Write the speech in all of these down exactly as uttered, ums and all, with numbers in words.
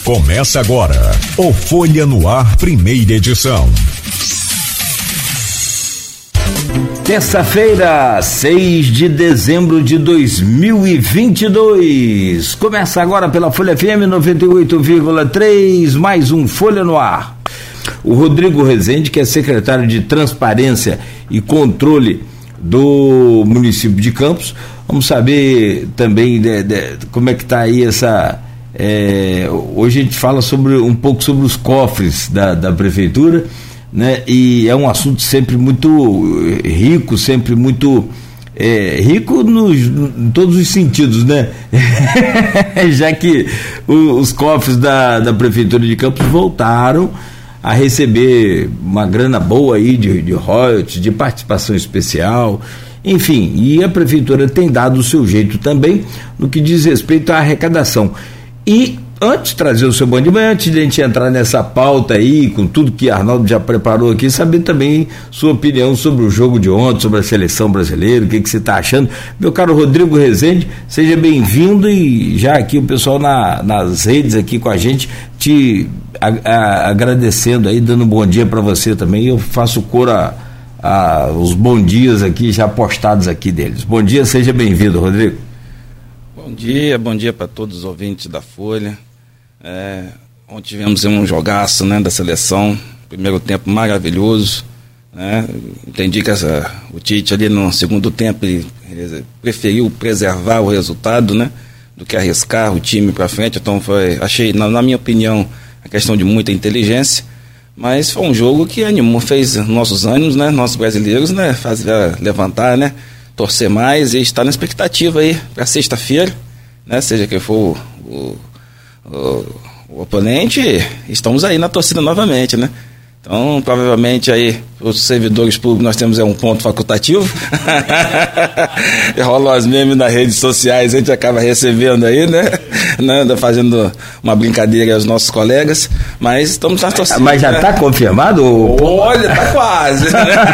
Começa agora o Folha no Ar, primeira edição. Terça-feira, seis de dezembro de dois mil e vinte e dois. Começa agora pela Folha F M noventa e oito vírgula três, mais um Folha no Ar. O Rodrigo Rezende, que é secretário de Transparência e Controle do município de Campos. Vamos saber também de, de, como é que está aí essa... É, hoje a gente fala sobre, um pouco sobre os cofres da, da prefeitura, né? E é um assunto sempre muito rico, sempre muito é, rico nos, em todos os sentidos, né? Já que o, os cofres da, da prefeitura de Campos voltaram a receber uma grana boa aí de, de royalties, de participação especial, enfim, e a prefeitura tem dado o seu jeito também no que diz respeito à arrecadação. E antes de trazer o seu bom dia, antes de a gente entrar nessa pauta aí, com tudo que Arnaldo já preparou aqui, saber também sua opinião sobre o jogo de ontem, sobre a seleção brasileira, o que, que você está achando. Meu caro Rodrigo Rezende, seja bem-vindo, e já aqui o pessoal na, nas redes aqui com a gente, te a, a, agradecendo aí, dando um bom dia para você também. Eu faço cor a, a os bom dias aqui, já postados aqui deles. Bom dia, seja bem-vindo, Rodrigo. Bom dia, bom dia para todos os ouvintes da Folha. É, ontem tivemos um jogaço, né, da seleção, primeiro tempo maravilhoso, né? Entendi que essa, o Tite ali no segundo tempo ele, ele preferiu preservar o resultado, né, do que arriscar o time para frente. Então foi, achei, na, na minha opinião, a questão de muita inteligência, mas foi um jogo que animou, fez nossos ânimos, né, nossos brasileiros, né, fazer levantar, né, torcer mais e estar na expectativa aí para sexta-feira, né? Seja que for o, o, o, o oponente, estamos aí na torcida novamente, né? Então, provavelmente aí, os servidores públicos, nós temos é, um ponto facultativo. Rolam as memes nas redes sociais, a gente acaba recebendo aí, né? né? Fazendo uma brincadeira aos nossos colegas, mas estamos na torcida. Mas já está, né, confirmado? Olha, está quase.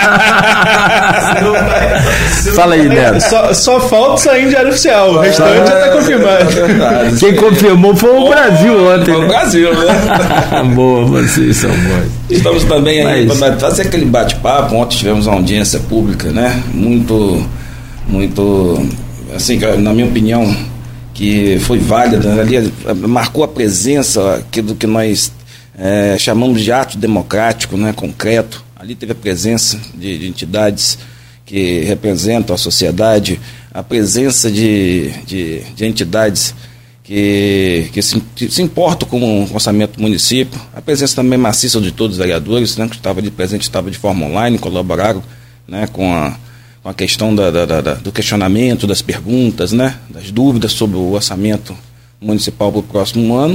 Fala aí, Neto. Só, só falta sair em diário oficial, o restante já está confirmado. Quem confirmou foi o Brasil ontem. Foi o Brasil, né? Boa, vocês são bons. Estamos também aí Mas... para fazer aquele bate-papo. Ontem tivemos uma audiência pública, né? Muito, muito, assim, na minha opinião, que foi válida, ali marcou a presença aquilo que nós é, chamamos de ato democrático, né? Concreto. Ali teve a presença de, de entidades que representam a sociedade, a presença de, de, de entidades que, que se, se importam com o orçamento do município, a presença também maciça de todos os vereadores, né, que estavam ali presente, estavam de forma online, colaboraram, né, com, a, com a questão da, da, da, do questionamento, das perguntas, né, das dúvidas sobre o orçamento municipal para o próximo ano,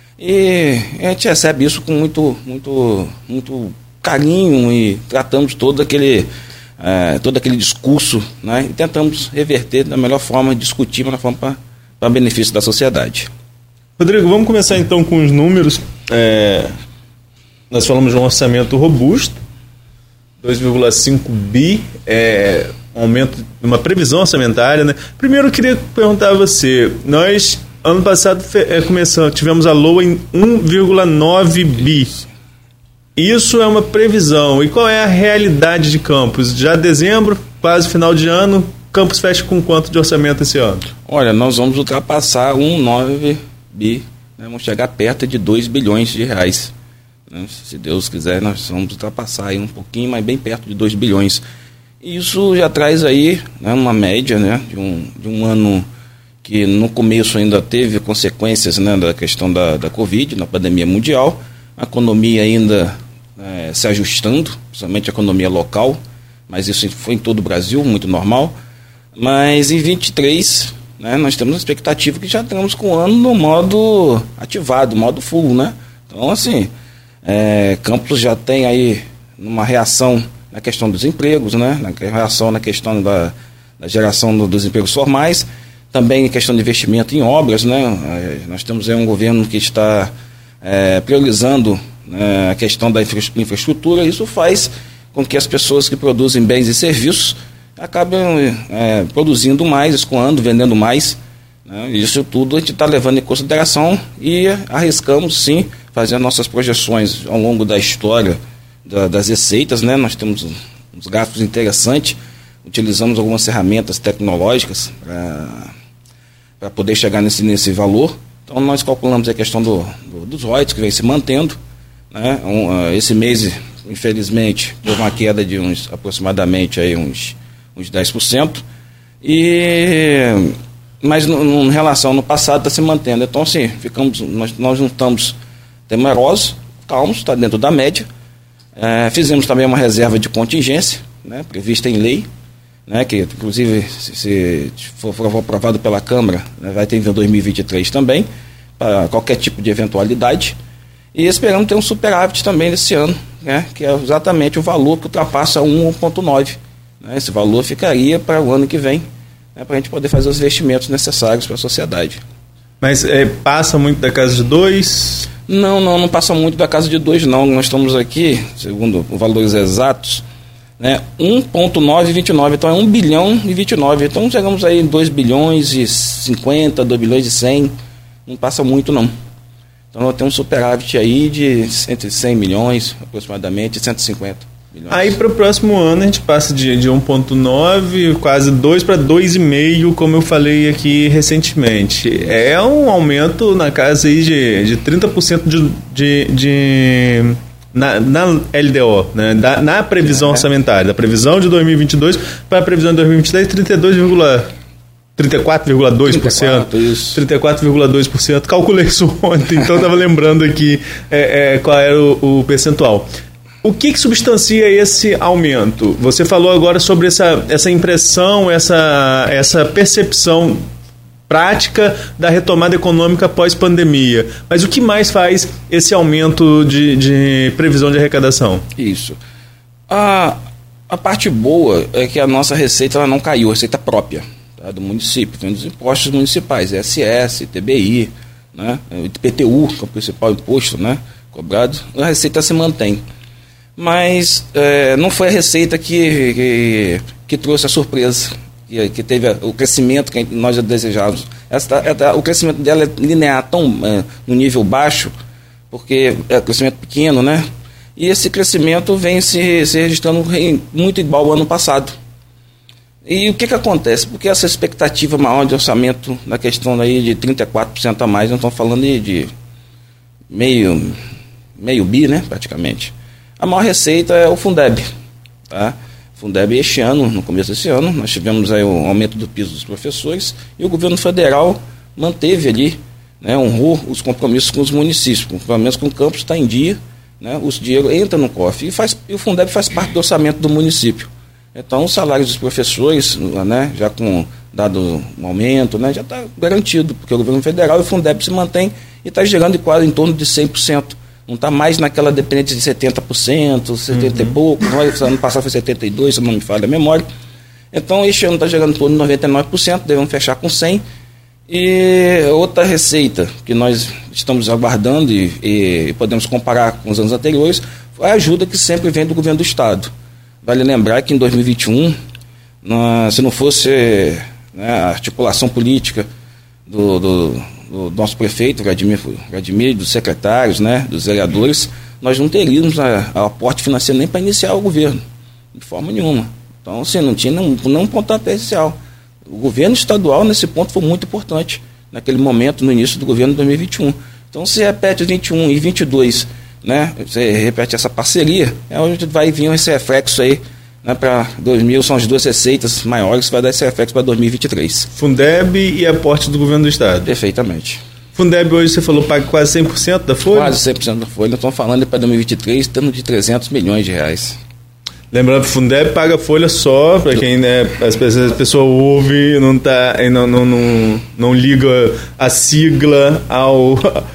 e a gente recebe isso com muito, muito, muito carinho e tratamos todo aquele, é, todo aquele discurso, né, e tentamos reverter da melhor forma, discutir da melhor forma para para benefício da sociedade. Rodrigo, vamos começar então com os números. É, nós falamos de um orçamento robusto, dois vírgula cinco bi, é, um aumento de uma previsão orçamentária, né? Primeiro eu queria perguntar a você, nós ano passado é, começamos, tivemos a LOA em um vírgula nove bi. Isso é uma previsão. E qual é a realidade de Campos? Já dezembro, quase final de ano, Campos fecha com quanto de orçamento esse ano? Olha, nós vamos ultrapassar um vírgula nove bi, né? Vamos chegar perto de dois bilhões de reais. Né? Se Deus quiser, nós vamos ultrapassar aí um pouquinho, mas bem perto de dois bilhões. E isso já traz aí, né, uma média, né, de, um, de um ano que no começo ainda teve consequências, né, da questão da, da Covid, na pandemia mundial, a economia ainda é, se ajustando, principalmente a economia local, mas isso foi em todo o Brasil, muito normal. Mas em vinte e três, né, nós temos a expectativa que já estamos com o ano no modo ativado, modo full, né? Então, assim, é, Campos já tem aí uma reação na questão dos empregos, né? Na reação na questão da, da geração do, dos empregos formais, também em questão de investimento em obras, né? É, nós temos aí um governo que está é, priorizando, né, a questão da infra, infraestrutura. Isso faz com que as pessoas que produzem bens e serviços acabam é, produzindo mais, escoando, vendendo mais, Né? Isso tudo a gente está levando em consideração e arriscamos sim fazer nossas projeções ao longo da história da, das receitas, né? Nós temos uns gastos interessantes, utilizamos algumas ferramentas tecnológicas para poder chegar nesse, nesse valor. Então nós calculamos a questão do, do, dos royalties que vem se mantendo, né? Um, uh, esse mês, infelizmente, houve uma queda de uns, aproximadamente aí uns, uns dez por cento, e, mas no, no, em relação no passado está se mantendo. Então assim, ficamos, nós, nós não estamos temerosos, calmos, está dentro da média. É, fizemos também uma reserva de contingência, né, prevista em lei, né, que inclusive se, se for, for aprovado pela Câmara, né, vai ter em dois mil e vinte e três também, para qualquer tipo de eventualidade, e esperamos ter um superávit também nesse ano, né, que é exatamente o valor que ultrapassa um vírgula nove. Né, esse valor ficaria para o ano que vem, né, para a gente poder fazer os investimentos necessários para a sociedade. Mas é, passa muito da casa de dois? Não, não, não passa muito da casa de dois, não. Nós estamos aqui, segundo os valores exatos, né, um vírgula novecentos e vinte e nove, então é um bilhão e vinte e nove. Então chegamos aí em dois bilhões e cinquenta, dois bilhões e cem, não passa muito não. Então nós temos um superávit aí de entre cem milhões, aproximadamente, cento e cinquenta milhões. Aí para o próximo ano a gente passa de, de um vírgula nove, quase dois para dois vírgula cinco, como eu falei aqui recentemente. É um aumento na casa aí de, de trinta por cento de... de, de Na, na L D O, né? da, na previsão é. orçamentária, da previsão de dois mil e vinte e dois para a previsão de dois mil e vinte e três, trinta e dois trinta e quatro vírgula dois por cento. trinta e quatro vírgula dois por cento. Calculei isso ontem, então estava lembrando aqui é, é, qual era o, o percentual. O que, que substancia esse aumento? Você falou agora sobre essa, essa impressão, essa, essa percepção prática da retomada econômica pós-pandemia. Mas o que mais faz esse aumento de, de previsão de arrecadação? Isso. A, a parte boa é que a nossa receita ela não caiu, a receita própria, tá, do município, tem dos impostos municipais, S S, T B I, né, o I P T U, que é o principal imposto, né, cobrado, a receita se mantém. Mas é, não foi a receita que, que, que trouxe a surpresa, que, que teve a, o crescimento que nós já desejávamos. Essa, essa, o crescimento dela é linear, tão é, no nível baixo, porque é um crescimento pequeno, né? E esse crescimento vem se, se registrando muito igual ao ano passado. E o que, que acontece? Porque essa expectativa maior de orçamento, na questão aí de trinta e quatro por cento a mais, não estamos falando de, de meio, meio bi, né, praticamente. A maior receita é o Fundeb. Tá? Fundeb, este ano, no começo desse ano, nós tivemos aí o aumento do piso dos professores e o governo federal manteve ali, né, honrou os compromissos com os municípios, pelo menos com o campus está em dia, né, os dinheiro entra no cofre e, faz, e o Fundeb faz parte do orçamento do município. Então, os salários dos professores, né, já com dado um aumento, né, já está garantido, porque o governo federal e o Fundeb se mantém e está gerando quase em torno de cem por cento. Não está mais naquela dependência de setenta por cento, setenta por cento uhum. e pouco, no ano passado foi setenta e dois por cento, se não me falha a memória. Então, este ano está gerando em torno de noventa e nove por cento, devemos fechar com cem por cento. E outra receita que nós estamos aguardando e, e podemos comparar com os anos anteriores foi a ajuda que sempre vem do governo do Estado. Vale lembrar que em dois mil e vinte e um, nós, se não fosse, né, a articulação política do, do, do nosso prefeito, Vladimir, Vladimir, dos secretários, né, dos vereadores, nós não teríamos a, a aporte financeiro nem para iniciar o governo, de forma nenhuma. Então, assim, não tinha nem, nem um pontapé inicial. O governo estadual, nesse ponto, foi muito importante, naquele momento, no início do governo de dois mil e vinte e um. Então, se repete vinte e um e vinte e dois, né, você repete essa parceria, é onde vai vir esse reflexo aí, né, para dois mil, são as duas receitas maiores que vai dar esse reflexo para dois mil e vinte e três. Fundeb e aporte do governo do Estado. Perfeitamente. Fundeb hoje, você falou, paga quase cem por cento da folha? Quase cem por cento da folha. Nós estamos falando para dois mil e vinte e três, estamos de trezentos milhões de reais. Lembrando que o Fundeb paga folha só, para quem, né, as pessoas, a pessoa ouve, não, tá, não, não, não, não liga a sigla ao,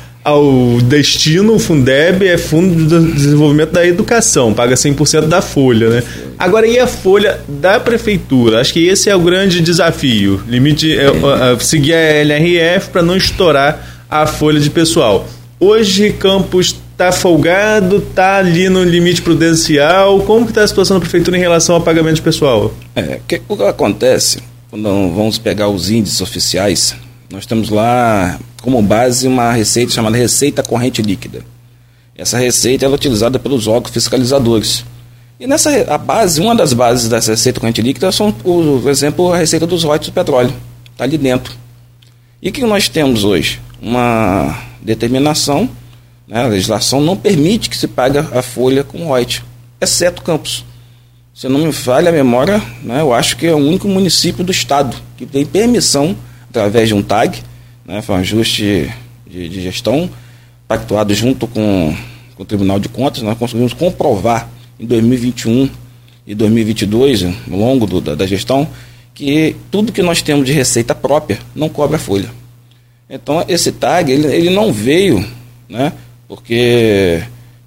ao destino. O Fundeb é Fundo de Desenvolvimento da Educação, paga cem por cento da folha, né? Agora, e a folha da Prefeitura? Acho que esse é o grande desafio, limite, é, é, seguir a L R F para não estourar a folha de pessoal. Hoje, Campos está folgado, está ali no limite prudencial. Como que está a situação da Prefeitura em relação ao pagamento de pessoal? É, que, o que acontece, quando vamos pegar os índices oficiais, nós temos lá como base uma receita chamada receita corrente líquida. Essa receita ela é utilizada pelos órgãos fiscalizadores. E nessa a base, uma das bases dessa receita corrente líquida são, por exemplo, a receita dos royalties do petróleo. Está ali dentro. E o que nós temos hoje? Uma determinação, né, a legislação não permite que se pague a folha com royalties, exceto Campos. Se não me falha a memória, né, eu acho que é o único município do estado que tem permissão, através de um T A G, né, foi um ajuste de, de gestão, pactuado junto com, com o Tribunal de Contas. Nós conseguimos comprovar em dois mil e vinte e um e dois mil e vinte e dois, ao longo do, da, da gestão, que tudo que nós temos de receita própria não cobra folha. Então, esse T A G, ele, ele não veio, né, porque,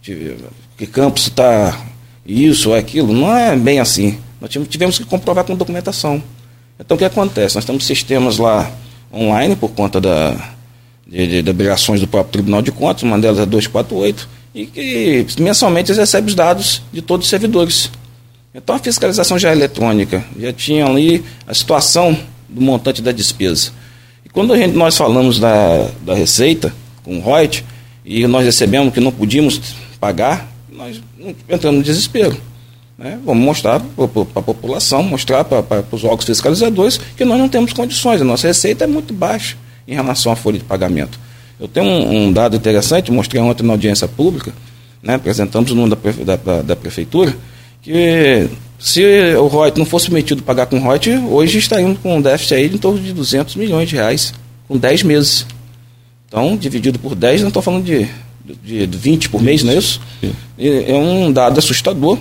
porque Campos está isso ou aquilo, não é bem assim. Nós tivemos que comprovar com documentação. Então, o que acontece? Nós temos sistemas lá online, por conta da, de, de, de obrigações do próprio Tribunal de Contas, uma delas é duzentos e quarenta e oito, e que mensalmente eles recebem os dados de todos os servidores. Então, a fiscalização já é eletrônica, já tinha ali a situação do montante da despesa. E quando a gente, nós falamos da, da receita com o royalties, e nós recebemos que não podíamos pagar, nós entramos no desespero. Né? Vamos mostrar para a população, mostrar para os órgãos fiscalizadores que nós não temos condições, a nossa receita é muito baixa em relação à folha de pagamento. Eu tenho um, um dado interessante, mostrei ontem na audiência pública, né, apresentamos o número da, da, da prefeitura, que se o royalties não fosse permitido pagar com royalties, hoje estaríamos com um déficit aí em torno de duzentos milhões de reais, com dez meses. Então, dividido por dez, não estou falando de, de, de vinte por mês, não é isso? E é um dado assustador,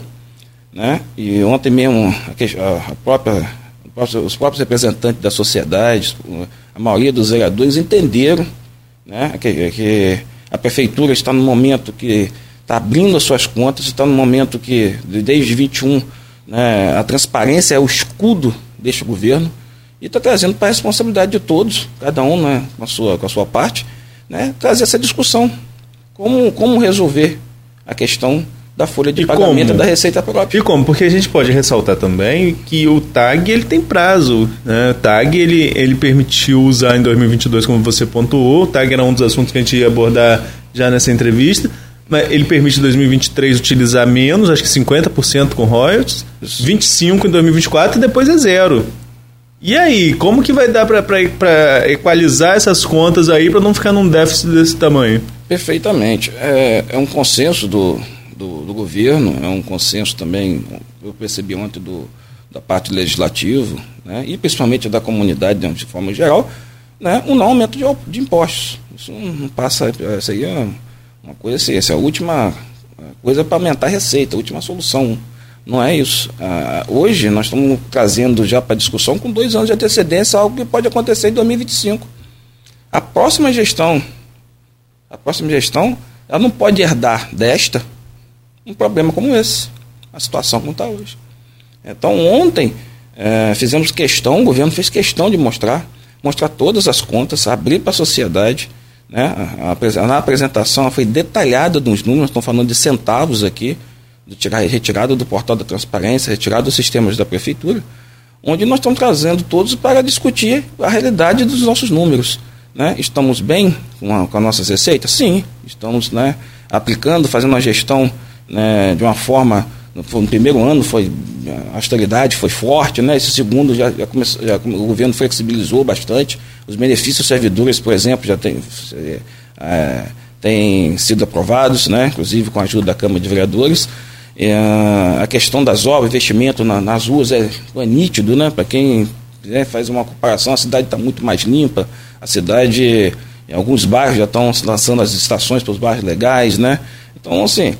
né? E ontem mesmo a, a própria, os próprios representantes da sociedade, a maioria dos vereadores entenderam, né, que, que a prefeitura está no momento que está abrindo as suas contas, está no momento que, desde vinte e um, né, a transparência é o escudo deste governo, e está trazendo para a responsabilidade de todos, cada um, né, com, a sua, com a sua parte, né, trazer essa discussão. Como, como resolver a questão da folha de e pagamento como? Da receita própria. E como? Porque a gente pode ressaltar também que o T A G ele tem prazo, né? O T A G ele, ele permitiu usar em dois mil e vinte e dois, como você pontuou. O T A G era um dos assuntos que a gente ia abordar já nessa entrevista, mas ele permite em dois mil e vinte e três utilizar menos, acho que cinquenta por cento com royalties, vinte e cinco por cento em dois mil e vinte e quatro e depois é zero. E aí, como que vai dar para equalizar essas contas aí para não ficar num déficit desse tamanho? Perfeitamente. É, é um consenso do, do, do governo, é um consenso também, eu percebi ontem do, da parte legislativa, né, e principalmente da comunidade de forma geral, né, um não aumento de, de impostos. Isso não passa, isso aí é uma coisa assim, essa é a última coisa para aumentar a receita, a última solução. Não é isso. Ah, hoje nós estamos trazendo já para discussão com dois anos de antecedência algo que pode acontecer em dois mil e vinte e cinco. A próxima gestão, a próxima gestão, ela não pode herdar desta um problema como esse, a situação como está hoje. Então ontem eh, fizemos questão, o governo fez questão de mostrar, mostrar todas as contas, abrir para a sociedade, né? A, a, na apresentação foi detalhada dos números, estão falando de centavos aqui, retirada do portal da transparência, retirada dos sistemas da prefeitura, onde nós estamos trazendo todos para discutir a realidade dos nossos números. Né? Estamos bem com, a, com as nossas receitas? Sim, estamos, né, aplicando, fazendo uma gestão, né, de uma forma, no, no primeiro ano foi, a austeridade foi forte, né? Esse segundo já, já, começou, já o governo flexibilizou bastante, os benefícios servidores, por exemplo, já tem... É, têm sido aprovados, né, inclusive com a ajuda da Câmara de Vereadores. É, a questão das obras, investimento na, nas ruas é, é nítido, né? Para quem, né, faz uma comparação, a cidade está muito mais limpa, a cidade, em alguns bairros já estão lançando as estações para os bairros legais, né? Então, assim,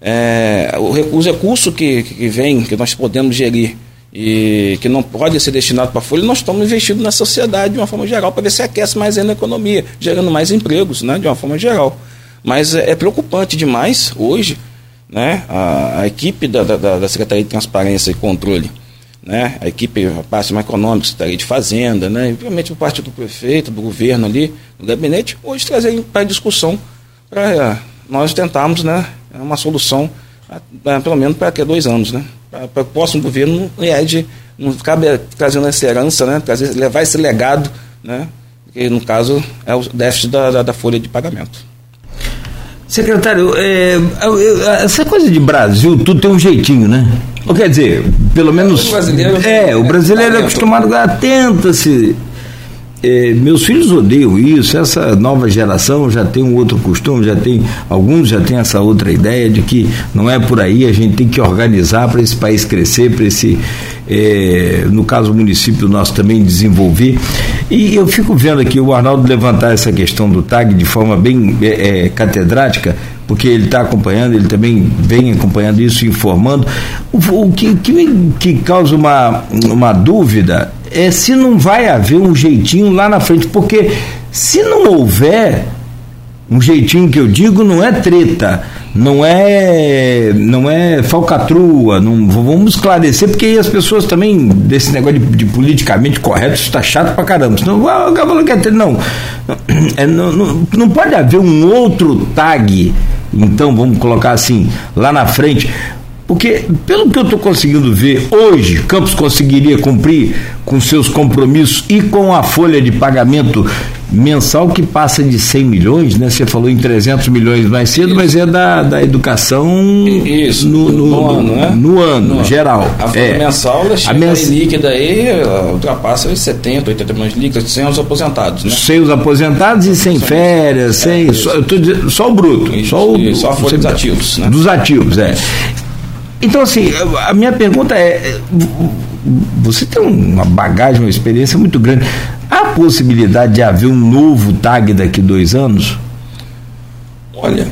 é, o, os recursos que, que vem, que nós podemos gerir e que não pode ser destinado para a folha, nós estamos investindo na sociedade de uma forma geral, para ver se aquece mais ainda a economia, gerando mais empregos, né, de uma forma geral. Mas é, é preocupante demais hoje, né, a, a equipe da, da, da Secretaria de Transparência e Controle, né, a equipe, a parte mais econômica, Secretaria de Fazenda, né, obviamente por parte do prefeito, do governo ali, do gabinete, hoje trazer para discussão, para nós tentarmos, né, uma solução, pelo menos para daqui a dois anos, né, para o próximo governo não é de não cabe trazendo essa herança, né, trazer, levar esse legado, né, que no caso é o déficit da, da, da folha de pagamento. Secretário, é, essa coisa de Brasil, tudo tem um jeitinho, né? Ou quer dizer, pelo menos... O brasileiro... É, o brasileiro é acostumado a tenta-se... É, meus filhos odeiam isso, essa nova geração já tem um outro costume, já tem, alguns já têm essa outra ideia de que não é por aí, a gente tem que organizar para esse país crescer, para esse, é, no caso o município nosso também desenvolver. E eu fico vendo aqui o Arnaldo levantar essa questão do T A G de forma bem é, é, catedrática, porque ele está acompanhando, ele também vem acompanhando isso, informando. O, o que, que me que causa uma, uma dúvida é se não vai haver um jeitinho lá na frente, porque se não houver um jeitinho, que eu digo, não é treta, não é não é falcatrua, não, vamos esclarecer, porque aí as pessoas também, desse negócio de, de politicamente correto, isso está chato pra caramba, senão ah, não, não, é, não, não, não pode haver um outro T A G, então vamos colocar assim, lá na frente. Porque, pelo que eu estou conseguindo ver hoje, Campos conseguiria cumprir com seus compromissos e com a folha de pagamento mensal que passa de cem milhões, né? Você falou em trezentos milhões mais cedo, isso. Mas é da, da educação isso, no, no, no ano, né? No ano, no geral. A folha é. mensal, ela chega a mens... líquida aí, ultrapassa os setenta, oitenta milhões líquidos, sem os aposentados, né? Sem os aposentados e sem férias, sem, é, só, eu tô dizendo, só o bruto. Isso, só, o, só a folha dos ativos, né? Dos ativos, é. Então, assim, a minha pergunta é, você tem uma bagagem, uma experiência muito grande, há possibilidade de haver um novo T A G daqui a dois anos? Olha,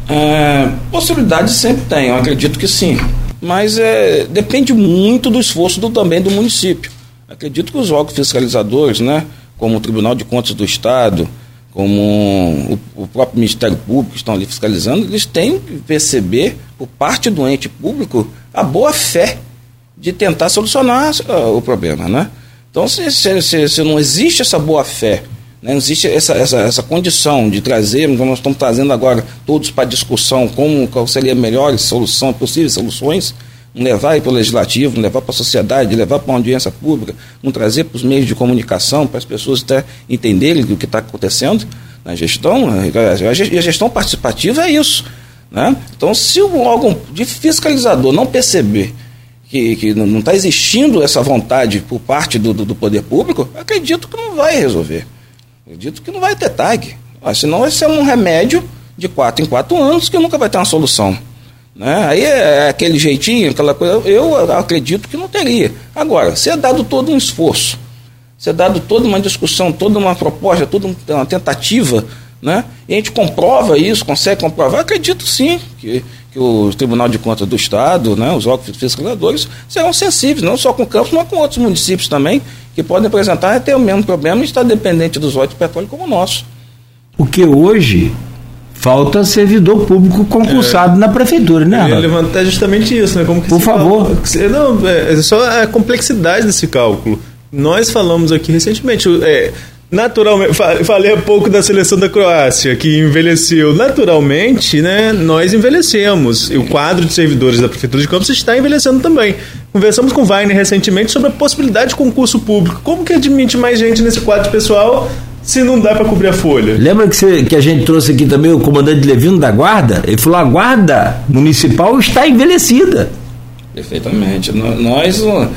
é, possibilidade sempre tem, eu acredito que sim, mas é, depende muito do esforço do, também do município. Acredito que os órgãos fiscalizadores, né, como o Tribunal de Contas do Estado, como o, o próprio Ministério Público que estão ali fiscalizando, eles têm que perceber, por parte do ente público, a boa fé de tentar solucionar uh, o problema, né? Então, se, se, se, se não existe essa boa fé, né, não existe essa, essa, essa condição de trazer, como nós estamos trazendo agora todos para discussão, como, qual seria a melhor solução, possíveis soluções, não levar para o legislativo, não levar para a sociedade, levar para uma audiência pública, não trazer para os meios de comunicação, para as pessoas até entenderem o que está acontecendo na gestão. E a gestão participativa é isso, né? Então, se o órgão de fiscalizador não perceber que, que não está existindo essa vontade por parte do, do, do poder público, acredito que não vai resolver. Acredito que não vai ter T A G. Mas senão vai ser um remédio de quatro em quatro anos que nunca vai ter uma solução. Né? Aí é aquele jeitinho, aquela coisa, eu acredito que não teria. Agora, se é dado todo um esforço, se é dado toda uma discussão, toda uma proposta, toda uma tentativa, né? E a gente comprova isso, consegue comprovar, acredito sim que, que o Tribunal de Contas do Estado, né, os órgãos fiscalizadores serão sensíveis, não só com Campos, mas com outros municípios também, que podem apresentar e ter o mesmo problema e estar dependente dos óleo de petróleo como o nosso. Porque hoje falta servidor público concursado é, na prefeitura, né? Eu ia levantar justamente isso, né? Como que Por favor. Fala? Não, é só a complexidade desse cálculo. Nós falamos aqui recentemente, é, naturalmente, falei há pouco da seleção da Croácia, que envelheceu. Naturalmente, né, nós envelhecemos. E o quadro de servidores da Prefeitura de Campos está envelhecendo também. Conversamos com o Wagner recentemente sobre a possibilidade de concurso público. Como que admite mais gente nesse quadro pessoal se não dá para cobrir a folha? Lembra que, você, que a gente trouxe aqui também o comandante Levino da Guarda? Ele falou, a Guarda Municipal está envelhecida. Perfeitamente. Nós...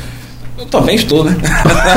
Eu também estou, né?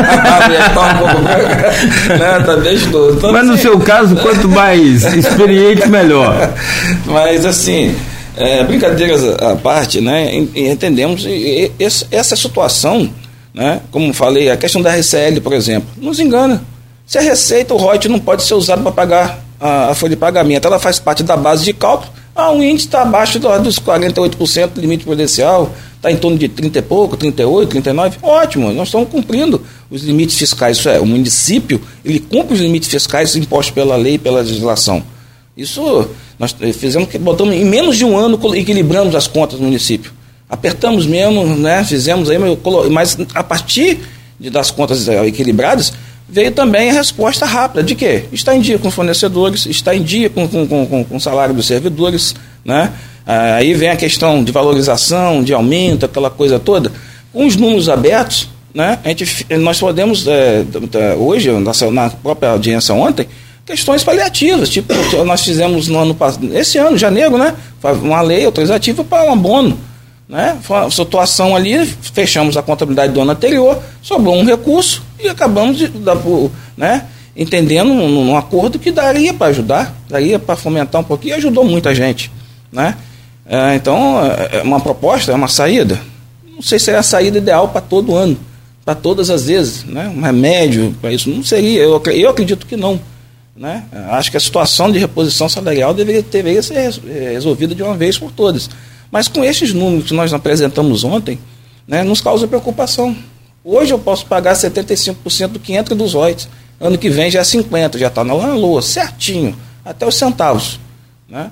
Também estou. Então, mas no assim, seu caso, quanto mais experiente, melhor. Mas assim, é, brincadeiras à parte, né? Entendemos essa situação, né? Como falei, a questão da R C L, por exemplo, nos engana. Se a receita, o royalties não pode ser usado para pagar a, a folha de pagamento, ela faz parte da base de cálculo. Ah, o índice está abaixo do, dos quarenta e oito por cento do limite prudencial, está em torno de trinta e pouco, trinta e oito, trinta e nove, ótimo, nós estamos cumprindo os limites fiscais, isso é, o município, ele cumpre os limites fiscais impostos pela lei e pela legislação. Isso, nós fizemos, botamos em menos de um ano, equilibramos as contas do município, apertamos mesmo, né, fizemos aí, mas a partir de, das contas equilibradas, veio também a resposta rápida de quê? Está em dia com fornecedores, está em dia com, com, com, com o salário dos servidores, né? Aí vem a questão de valorização, de aumento, aquela coisa toda. Com os números abertos, né? A gente, nós podemos, é, hoje, na própria audiência ontem, questões paliativas, tipo, nós fizemos no ano passado, esse ano, janeiro, né? Uma lei autorizativa para um abono, né? Foi uma situação ali, fechamos a contabilidade do ano anterior, sobrou um recurso e acabamos de dar, né? Entendendo num, num acordo que daria para ajudar, daria para fomentar um pouquinho, e ajudou muita gente, né? É, então, é uma proposta, é uma saída. Não sei se é a saída ideal para todo ano, para todas as vezes, né? Um remédio para isso não seria, eu, eu acredito que não, né? Acho que a situação de reposição salarial deveria, deveria ser resolvida de uma vez por todas. Mas com esses números que nós apresentamos ontem, né, nos causa preocupação. Hoje eu posso pagar setenta e cinco por cento do que entra dos royalties. Ano que vem já é cinquenta por cento, já está na lua, certinho, até os centavos, né?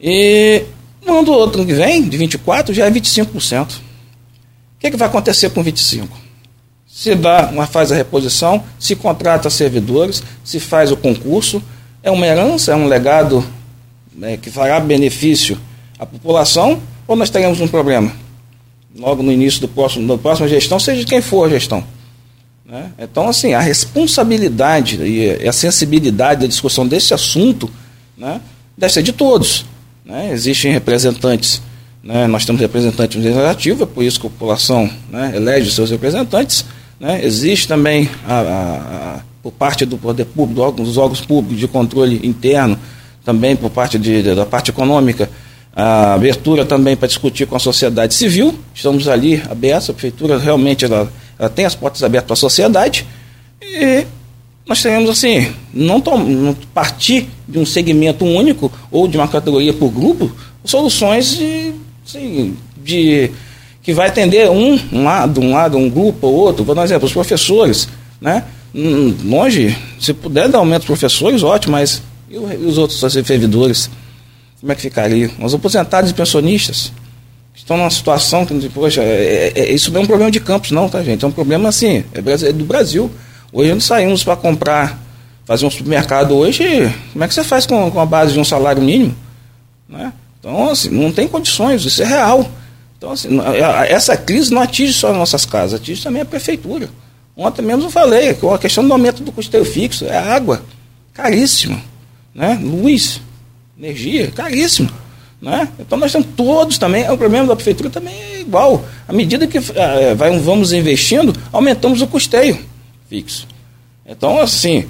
E no ano do outro que vem, de vinte e quatro, já é vinte e cinco por cento. O que, é que vai acontecer com vinte e cinco por cento? Se dá uma, faz a reposição, se contrata servidores, se faz o concurso, é uma herança, é um legado, né, que fará benefício à população, ou nós teremos um problema? Logo no início do próximo, da próxima gestão, seja quem for a gestão. Né? Então, assim, a responsabilidade e a sensibilidade da discussão desse assunto, né, deve ser de todos. Né? Existem representantes, né, nós temos representantes no legislativo, é por isso que a população, né, elege seus representantes. Né? Existe também, a, a, a, por parte do poder público, dos órgãos públicos de controle interno, também por parte de, da parte econômica, a abertura também para discutir com a sociedade civil. Estamos ali abertos, a prefeitura realmente ela, ela tem as portas abertas para a sociedade, e nós teremos assim, não, tom, não partir de um segmento único ou de uma categoria por grupo, soluções de, assim, de que vai atender um, um lado, um lado, um grupo ou outro. Por exemplo, os professores, né? Longe, se puder dar aumento aos professores, ótimo, mas e os outros servidores? Como é que ficaria? Os aposentados e pensionistas estão numa situação que, poxa, é, é, isso não é um problema de Campos, não, tá, gente? É um problema, assim, é do Brasil. Hoje nós saímos para comprar, fazer um supermercado hoje, como é que você faz com, com a base de um salário mínimo? Né? Então, assim, não tem condições, isso é real. Então, assim, essa crise não atinge só as nossas casas, atinge também a prefeitura. Ontem mesmo eu falei, a questão do aumento do custeio fixo, é água, caríssima, né? Luz, energia, caríssimo, né? Então nós temos todos também, o problema da prefeitura também é igual. À medida que é, vai, vamos investindo, aumentamos o custeio fixo. Então, assim,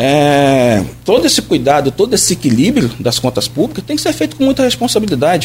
é, todo esse cuidado, todo esse equilíbrio das contas públicas tem que ser feito com muita responsabilidade.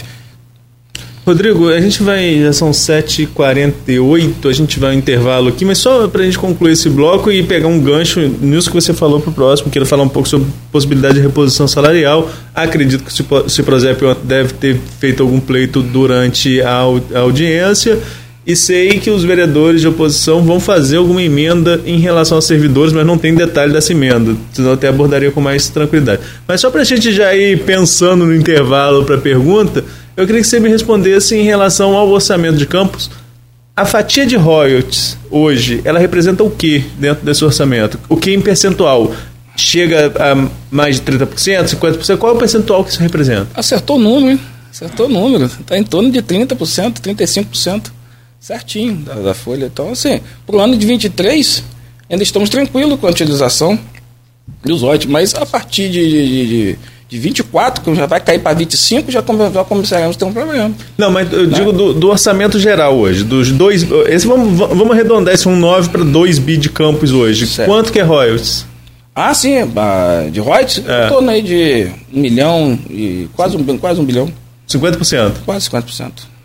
Rodrigo, a gente vai, já são sete e quarenta e oito, a gente vai ao intervalo aqui, mas só para a gente concluir esse bloco e pegar um gancho nisso que você falou para o próximo, quero falar um pouco sobre possibilidade de reposição salarial. Acredito que o Ciprozep deve ter feito algum pleito durante a audiência, e sei que os vereadores de oposição vão fazer alguma emenda em relação aos servidores, mas não tem detalhe dessa emenda, senão eu até abordaria com mais tranquilidade. Mas só para a gente já ir pensando no intervalo para a pergunta, eu queria que você me respondesse em relação ao orçamento de Campos. A fatia de royalties hoje, ela representa o que dentro desse orçamento? O que em percentual? Chega a mais de trinta por cento, cinquenta por cento? Qual é o percentual que isso representa? Acertou o número, hein? Acertou o número. Está em torno de trinta por cento, trinta e cinco por cento. Certinho da, da folha. Então, assim, para o ano de vinte e três, ainda estamos tranquilos com a utilização dos royalties, mas a partir de, de, de, de vinte e quatro, que já vai cair para vinte e cinco, já, já começaremos a ter um problema. Não, mas eu digo do, do orçamento geral hoje, dos dois. Esse, vamos, vamos arredondar esse um nove para dois bi de Campos hoje. Certo. Quanto que é royalties? Ah, sim, de royalties, é. Em torno aí de um milhão e quase um, quase um bilhão. cinquenta por cento? Quase cinquenta por cento.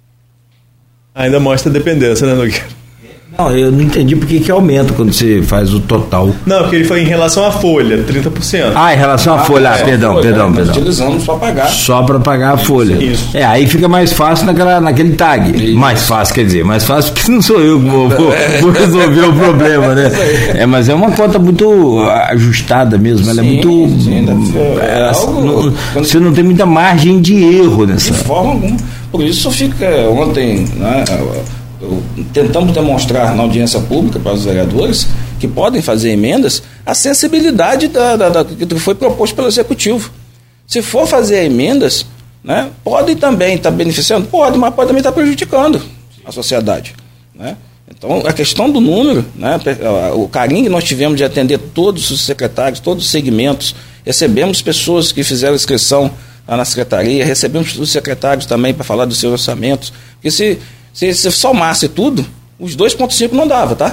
Ainda mostra a dependência, né, Nogueira? Não, eu não entendi por que que aumenta quando você faz o total. Não, porque ele foi em relação à folha, trinta por cento. Ah, em relação à ah, folha, ah, perdão, folha, perdão, perdão. Nós utilizamos só pagar. Só para pagar a folha. Isso. É, aí fica mais fácil naquela, naquele tag. Isso. Mais fácil, quer dizer, mais fácil porque não sou eu que vou, vou, vou resolver o problema, né? É, mas é uma conta muito ajustada mesmo, ela sim, é muito... Sim, é, é, algo, não, você não tem muita margem de erro nessa... De forma alguma. Por isso fica ontem, né, tentamos demonstrar na audiência pública para os vereadores que podem fazer emendas a sensibilidade da, da, da, que foi proposto pelo Executivo. Se for fazer emendas, né, pode também estar beneficiando, pode, mas pode também estar prejudicando a sociedade. Né? Então, a questão do número, né, o carinho que nós tivemos de atender todos os secretários, todos os segmentos, recebemos pessoas que fizeram inscrição lá na secretaria, recebemos os secretários também para falar dos seus orçamentos, porque se, se, se somasse tudo, os dois vírgula cinco não dava, tá?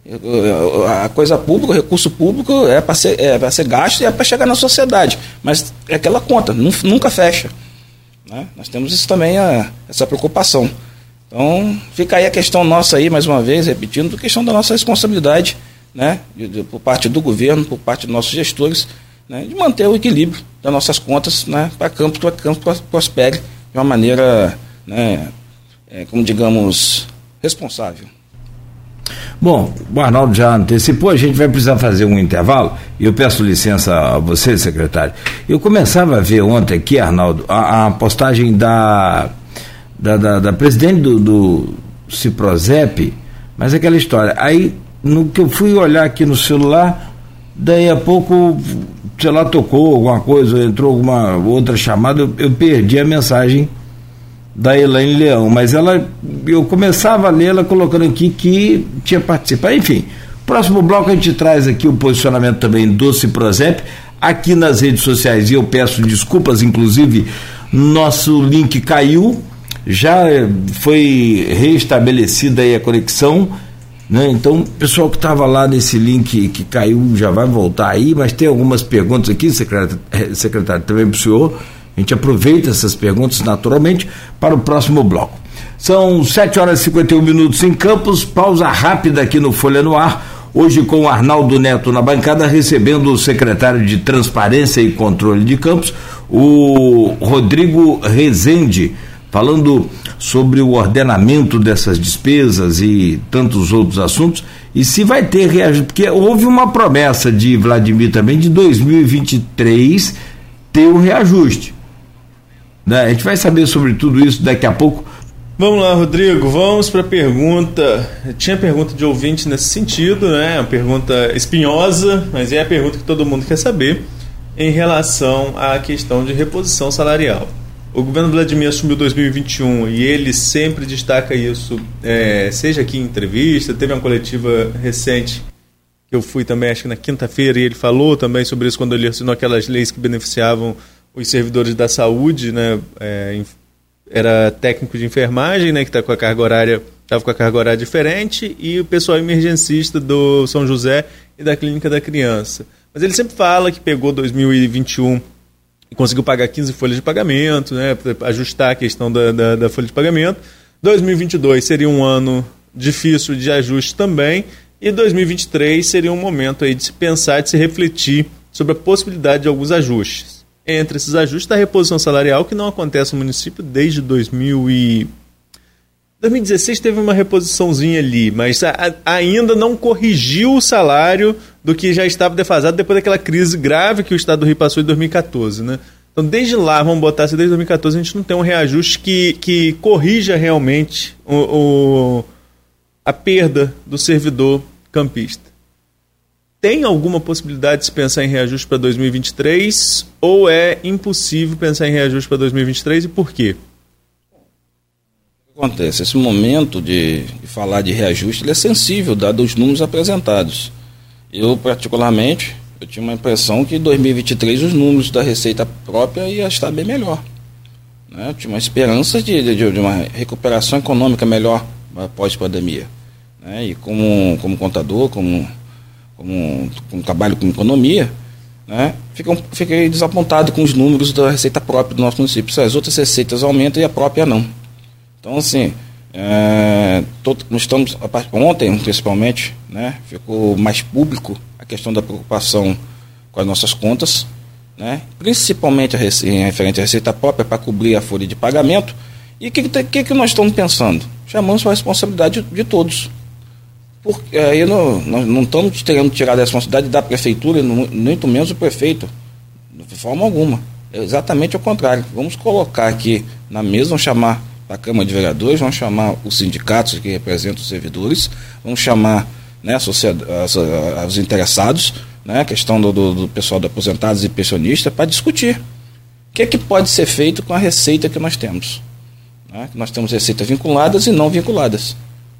A coisa pública, o recurso público é para ser, é para ser gasto e é para chegar na sociedade, mas é aquela conta, nunca fecha, né? Nós temos isso também, a, essa preocupação. Então, fica aí a questão nossa aí, mais uma vez, repetindo, a questão da nossa responsabilidade, né, de, de, por parte do governo, por parte dos nossos gestores, né, de manter o equilíbrio das nossas contas, né, para Campos, para Campos prospere de uma maneira, né, é, como digamos, responsável. Bom, o Arnaldo já antecipou, a gente vai precisar fazer um intervalo, e eu peço licença a você, secretário. Eu começava a ver ontem aqui, Arnaldo, a, a postagem da, da, da, da presidente do, do Ciprozep, mas aquela história, aí no que eu fui olhar aqui no celular, daí a pouco, sei lá, tocou alguma coisa, entrou alguma outra chamada, eu, eu perdi a mensagem da Elaine Leão, mas ela, eu começava a ler ela colocando aqui que tinha participado. Enfim, próximo bloco a gente traz aqui o posicionamento também do Ciprozep aqui nas redes sociais, e eu peço desculpas, inclusive nosso link caiu, já foi restabelecida aí a conexão, né? Então, o pessoal que estava lá nesse link que caiu já vai voltar aí, mas tem algumas perguntas aqui, secretário, secretário também para o senhor. A gente aproveita essas perguntas naturalmente para o próximo bloco. São sete horas e cinquenta e um minutos em Campos, pausa rápida aqui no Folha no Ar, hoje com o Arnaldo Neto na bancada, recebendo o secretário de Transparência e Controle de Campos, o Rodrigo Rezende, falando sobre o ordenamento dessas despesas e tantos outros assuntos, e se vai ter reajuste, porque houve uma promessa de Vladimir também de dois mil e vinte e três ter um reajuste. A gente vai saber sobre tudo isso daqui a pouco. Vamos lá, Rodrigo, vamos para a pergunta. Tinha pergunta de ouvinte nesse sentido, né? Uma pergunta espinhosa, mas é a pergunta que todo mundo quer saber em relação à questão de reposição salarial. O governo Vladimir assumiu dois mil e vinte e um e ele sempre destaca isso, é, seja aqui em entrevista, teve uma coletiva recente que eu fui também, acho que na quinta-feira, e ele falou também sobre isso quando ele assinou aquelas leis que beneficiavam os servidores da saúde, né? É, era técnico de enfermagem, né, que tá com a carga horária, estava com a carga horária diferente, e o pessoal emergencista do São José e da Clínica da Criança. Mas ele sempre fala que pegou dois mil e vinte e um e conseguiu pagar quinze folhas de pagamento, né, para ajustar a questão da, da, da folha de pagamento. dois mil e vinte e dois seria um ano difícil de ajuste também, e dois mil e vinte e três seria um momento aí de se pensar, de se refletir sobre a possibilidade de alguns ajustes. Entre esses ajustes da reposição salarial, que não acontece no município desde dois mil e dezesseis, teve uma reposiçãozinha ali, mas a, a, ainda não corrigiu o salário do que já estava defasado depois daquela crise grave que o Estado do Rio passou em dois mil e catorze, né? Então, desde lá, vamos botar assim, desde dois mil e catorze, a gente não tem um reajuste que, que corrija realmente o, o, a perda do servidor campista. Tem alguma possibilidade de se pensar em reajuste para dois mil e vinte e três ou é impossível pensar em reajuste para dois mil e vinte e três e por quê? O que acontece? Esse momento de, de falar de reajuste ele é sensível, dado os números apresentados. Eu, particularmente, eu tinha uma impressão que em dois mil e vinte e três os números da receita própria ia estar bem melhor, né? Eu tinha uma esperança de, de, de uma recuperação econômica melhor após a pandemia, né? E como, como contador, como... Como, como trabalho com economia, né, fiquei, fiquei desapontado com os números da receita própria do nosso município. As outras receitas aumentam e a própria não. Então, assim, é, todo, nós estamos, ontem, principalmente, né, ficou mais público a questão da preocupação com as nossas contas, né, principalmente a rece, em referente à receita própria para cobrir a folha de pagamento. E o que, que, que nós estamos pensando? Chamamos a responsabilidade de, de todos. Porque aí não, nós não estamos querendo tirar a responsabilidade da prefeitura, muito menos o prefeito, de forma alguma. É exatamente o contrário. Vamos colocar aqui na mesa, vamos chamar a Câmara de Vereadores, vamos chamar os sindicatos que representam os servidores, vamos chamar, né, a sociedade, as, os interessados, né, a questão do, do, do pessoal de aposentados e pensionistas, para discutir o que é que pode ser feito com a receita que nós temos. Né? Nós temos receitas vinculadas e não vinculadas. Né?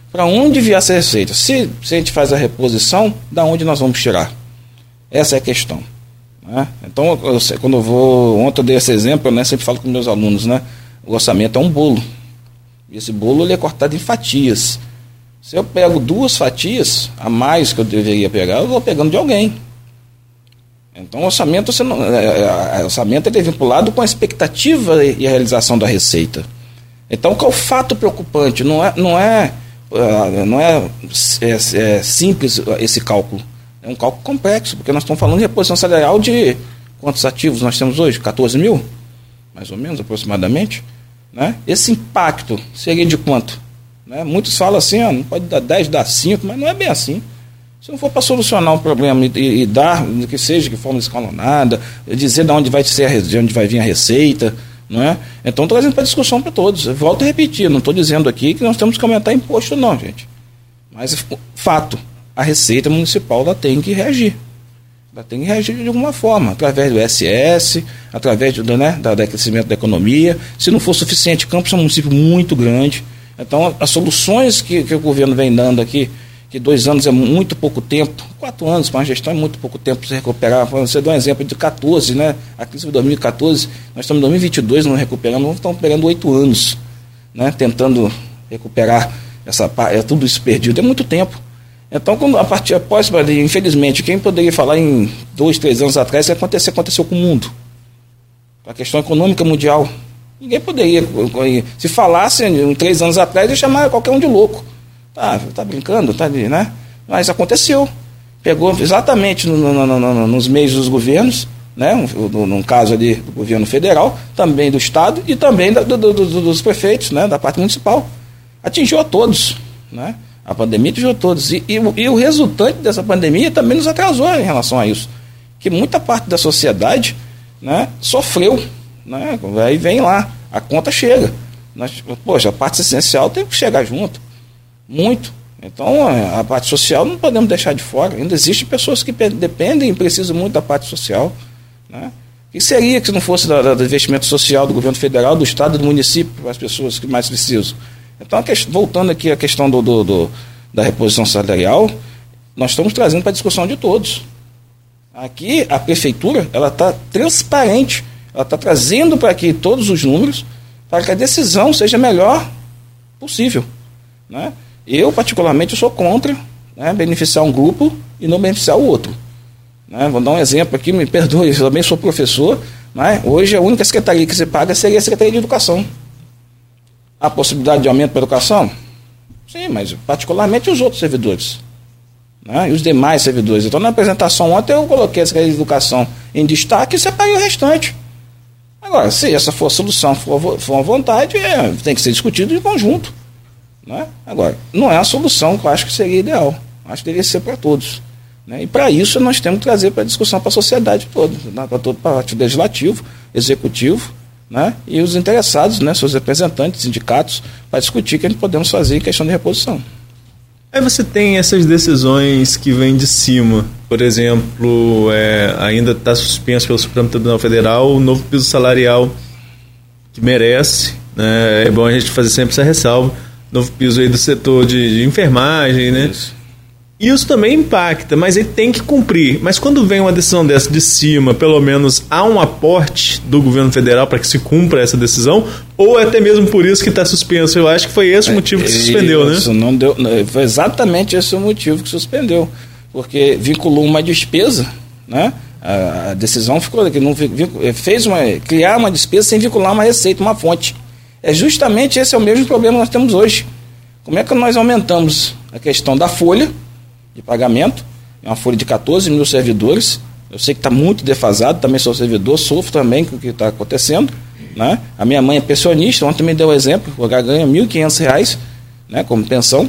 para onde vier essa receita? Se, se a gente faz a reposição, da onde nós vamos tirar? Essa é a questão. Né? Então, eu, quando eu vou, ontem eu dei esse exemplo, né, sempre falo com meus alunos, né, o orçamento é um bolo. E esse bolo ele é cortado em fatias. Se eu pego duas fatias a mais que eu deveria pegar, eu vou pegando de alguém. Então, o orçamento, você não, é, é, orçamento ele é vinculado com a expectativa e a realização da receita. Então, qual é o fato preocupante? Não é, não é, não é, é, é simples esse cálculo. É um cálculo complexo, porque nós estamos falando de reposição salarial de quantos ativos nós temos hoje? quatorze mil? Mais ou menos, aproximadamente. Né? Esse impacto seria de quanto? Né? Muitos falam assim, ó, não pode dar dez, dá cinco, mas não é bem assim. Se não for para solucionar um problema e, e, e dar, que seja de forma escalonada, dizer de onde vai, ser, de onde vai vir a receita, não é? Então, trazendo para discussão para todos. Eu volto a repetir, não estou dizendo aqui que nós temos que aumentar imposto, não, gente. Mas, fato, a Receita Municipal ela tem que reagir. Ela tem que reagir de alguma forma, através do I S S, através do, né, da, do crescimento da economia. Se não for suficiente, Campos é um município muito grande. Então, as soluções que, que o governo vem dando aqui, que dois anos é muito pouco tempo, quatro anos para uma gestão é muito pouco tempo para se recuperar. Você dá um exemplo de catorze, né? A crise de dois mil e catorze, nós estamos em dois mil e vinte e dois, não recuperamos, nós estamos pegando oito anos, né? Tentando recuperar essa, é, tudo isso perdido, é muito tempo. Então, quando, a partir após, infelizmente, quem poderia falar em dois, três anos atrás, o que aconteceu, aconteceu com o mundo, a questão econômica mundial. Ninguém poderia, se falasse em três anos atrás, ia chamar qualquer um de louco. Tá, tá brincando, tá ali, né? Mas aconteceu. Pegou exatamente no, no, no, no, nos meios dos governos, né? No, no caso ali do governo federal, também do estado e também da, do, do, do, dos prefeitos, né? Da parte municipal. Atingiu a todos, né? A pandemia atingiu a todos. E, e, e o resultante dessa pandemia também nos atrasou em relação a isso. Que muita parte da sociedade, né, sofreu, né? Aí vem lá, a conta chega. Nós, poxa, a parte essencial tem que chegar junto. Muito. Então, a parte social não podemos deixar de fora. Ainda existem pessoas que dependem e precisam muito da parte social. Né? O que seria que se não fosse do, do investimento social do governo federal, do estado, do município, para as pessoas que mais precisam? Então, voltando aqui à questão do, do, do, da reposição salarial, nós estamos trazendo para a discussão de todos. Aqui, a prefeitura ela está transparente, ela está trazendo para aqui todos os números para que a decisão seja a melhor possível. Né? Eu, particularmente, sou contra, né, beneficiar um grupo e não beneficiar o outro. Né? Vou dar um exemplo aqui, me perdoe, eu também sou professor, né? Hoje a única secretaria que se paga seria a Secretaria de Educação. Há possibilidade de aumento para a educação? Sim, mas particularmente os outros servidores. Né? E os demais servidores. Então, na apresentação ontem eu coloquei a Secretaria de Educação em destaque e separei o restante. Agora, se essa for a solução, for, for uma vontade, é, tem que ser discutido em conjunto. Né? Agora, não é a solução que eu acho que seria ideal. Acho que deveria ser para todos. Né? E para isso nós temos que trazer para a discussão para a sociedade toda, né? Para todo o partido legislativo, executivo, né? E os interessados, né? Seus representantes, sindicatos, para discutir o que a gente podemos fazer em questão de reposição. Aí você tem essas decisões que vêm de cima. Por exemplo, é, ainda está suspenso pelo Supremo Tribunal Federal o novo piso salarial que merece. Né? É bom a gente fazer sempre essa ressalva. Novo piso aí do setor de, de enfermagem, né? Isso. Isso também impacta, mas ele tem que cumprir. Mas quando vem uma decisão dessa de cima, pelo menos há um aporte do governo federal para que se cumpra essa decisão, ou é até mesmo por isso que está suspenso? Eu acho que foi esse o motivo que suspendeu, isso, né? Não deu, foi exatamente esse o motivo que suspendeu, porque vinculou uma despesa, né? A, a decisão ficou que não fez uma criar uma despesa sem vincular uma receita, uma fonte. É justamente esse é o mesmo problema que nós temos hoje. Como é que nós aumentamos a questão da folha de pagamento? É uma folha de catorze mil servidores. Eu sei que está muito defasado, também sou servidor, sofro também com o que está acontecendo. Né? A minha mãe é pensionista, ontem me deu um exemplo, o H ganha mil e quinhentos reais, né, como pensão.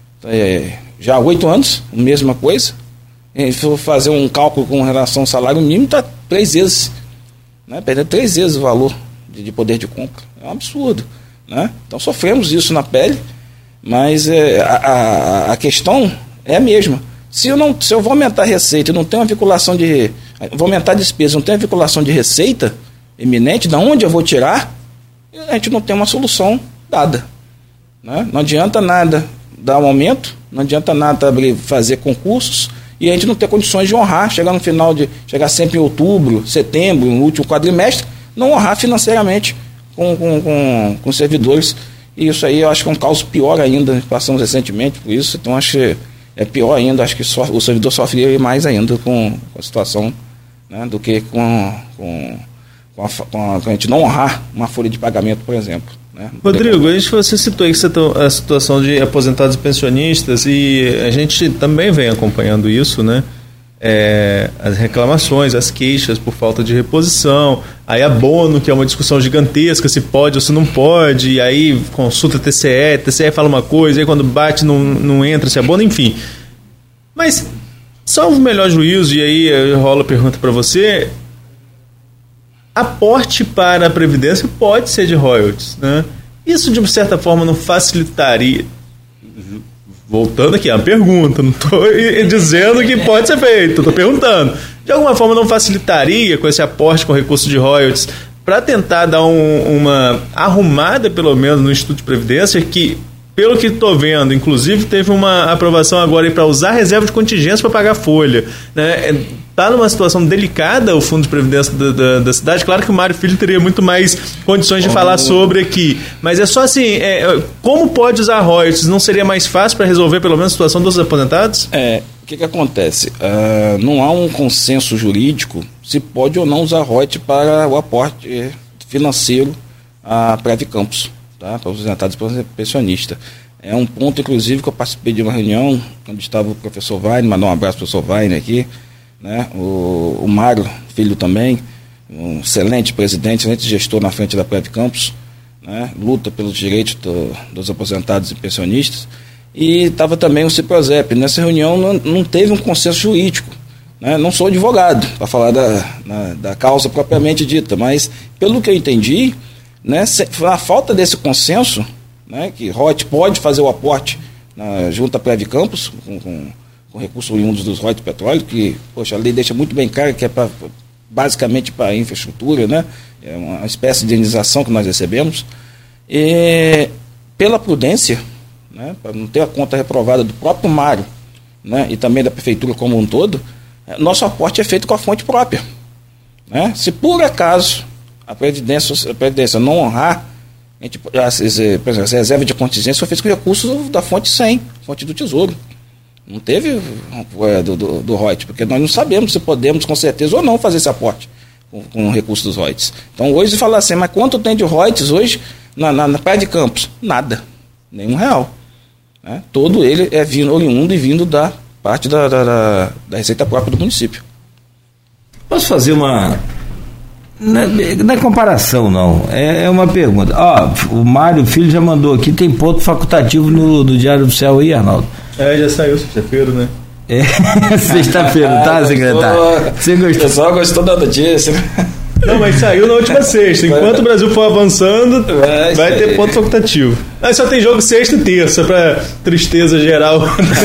É, já há oito anos, a mesma coisa. E se for fazer um cálculo com relação ao salário mínimo, está três vezes. Né, perdendo três vezes o valor de poder de compra. É um absurdo. Né? Então sofremos isso na pele, mas é, a, a, a questão é a mesma. Se eu, não, se eu vou aumentar a receita e não tenho uma vinculação de... Vou aumentar a despesa, não tenho uma vinculação de receita eminente, de onde eu vou tirar, a gente não tem uma solução dada. Né? Não adianta nada dar um aumento, não adianta nada abrir, fazer concursos e a gente não ter condições de honrar, chegar no final de, chegar sempre em outubro, setembro, no último quadrimestre, não honrar financeiramente com, com, com, com servidores. E isso aí eu acho que é um caos pior ainda, passamos recentemente por isso, então acho que é pior ainda, acho que só, o servidor sofreria mais ainda com, com a situação, né, do que com, com, com, a, com, a, com a gente não honrar uma folha de pagamento, por exemplo. Né? Rodrigo, a gente, você citou aí a situação de aposentados e pensionistas e a gente também vem acompanhando isso, né? É, as reclamações, as queixas por falta de reposição, aí abono, que é uma discussão gigantesca, se pode ou se não pode, e aí consulta T C E, T C E fala uma coisa, aí quando bate não, não entra, se abono, enfim. Mas, salvo o melhor juízo, e aí rola a pergunta para você, aporte para a Previdência pode ser de royalties, né? Isso de certa forma não facilitaria... Voltando aqui, é uma pergunta, não estou dizendo que pode ser feito, estou perguntando. De alguma forma não facilitaria com esse aporte com recurso de royalties para tentar dar um, uma arrumada, pelo menos, no Instituto de Previdência, que, pelo que estou vendo, inclusive teve uma aprovação agora para usar reserva de contingência para pagar folha, né? Está numa situação delicada o Fundo de Previdência da, da, da cidade. Claro que o Mário Filho teria muito mais condições de oh. falar sobre aqui, mas é só assim, é, como pode usar royalties? Não seria mais fácil para resolver pelo menos a situação dos aposentados? É, o que que acontece? Uh, não há um consenso jurídico se pode ou não usar royalties para o aporte financeiro a Prev Campos, tá? Para os aposentados e pensionistas. É um ponto, inclusive, que eu participei de uma reunião onde estava o professor Wagner, mandar um abraço para o professor Wagner aqui, né? O, o Mário Filho também, um excelente presidente, excelente gestor na frente da Prev Campos, né? Luta pelos direitos do, dos aposentados e pensionistas, e estava também o Ciprozep. Nessa reunião não, não teve um consenso jurídico, né? Não sou advogado para falar da, na, da causa propriamente dita, mas pelo que eu entendi, né, a falta desse consenso, né, que royalties pode fazer o aporte na, junto à Prev Campos com, com com recursos oriundos dos royalties de petróleo, que, poxa, a lei deixa muito bem claro que é pra, basicamente para infraestrutura, né? É uma espécie de indenização que nós recebemos. E, pela prudência, né, para não ter a conta reprovada do próprio Mário, né, e também da Prefeitura como um todo, nosso aporte é feito com a fonte própria. Né? Se por acaso a Previdência, a Previdência não honrar, a gente, as, as, por exemplo, a reserva de contingência foi feita com recursos da fonte cem, fonte do Tesouro. Não teve é, do, do, do royalties, porque nós não sabemos se podemos, com certeza, ou não fazer esse aporte com, com o recurso dos royalties. Então, hoje, falar assim, mas quanto tem de royalties hoje na, na, na Praia de Campos? Nada. Nenhum real. Né? Todo ele é vindo, oriundo e vindo da parte da, da, da, da receita própria do município. Posso fazer uma... Não é, não é comparação, não. É, é uma pergunta. Ó, o Mário Filho já mandou aqui, tem ponto facultativo no, no Diário Oficial aí, Arnaldo. É, já saiu sexta-feira, né? É, sexta-feira, tá, ah, secretário? Você gostou? O pessoal gostou da notícia. Não, mas saiu na última sexta. Enquanto o Brasil for avançando, vai, vai ter ponto facultativo. Aí só tem jogo sexta e terça, pra tristeza geral.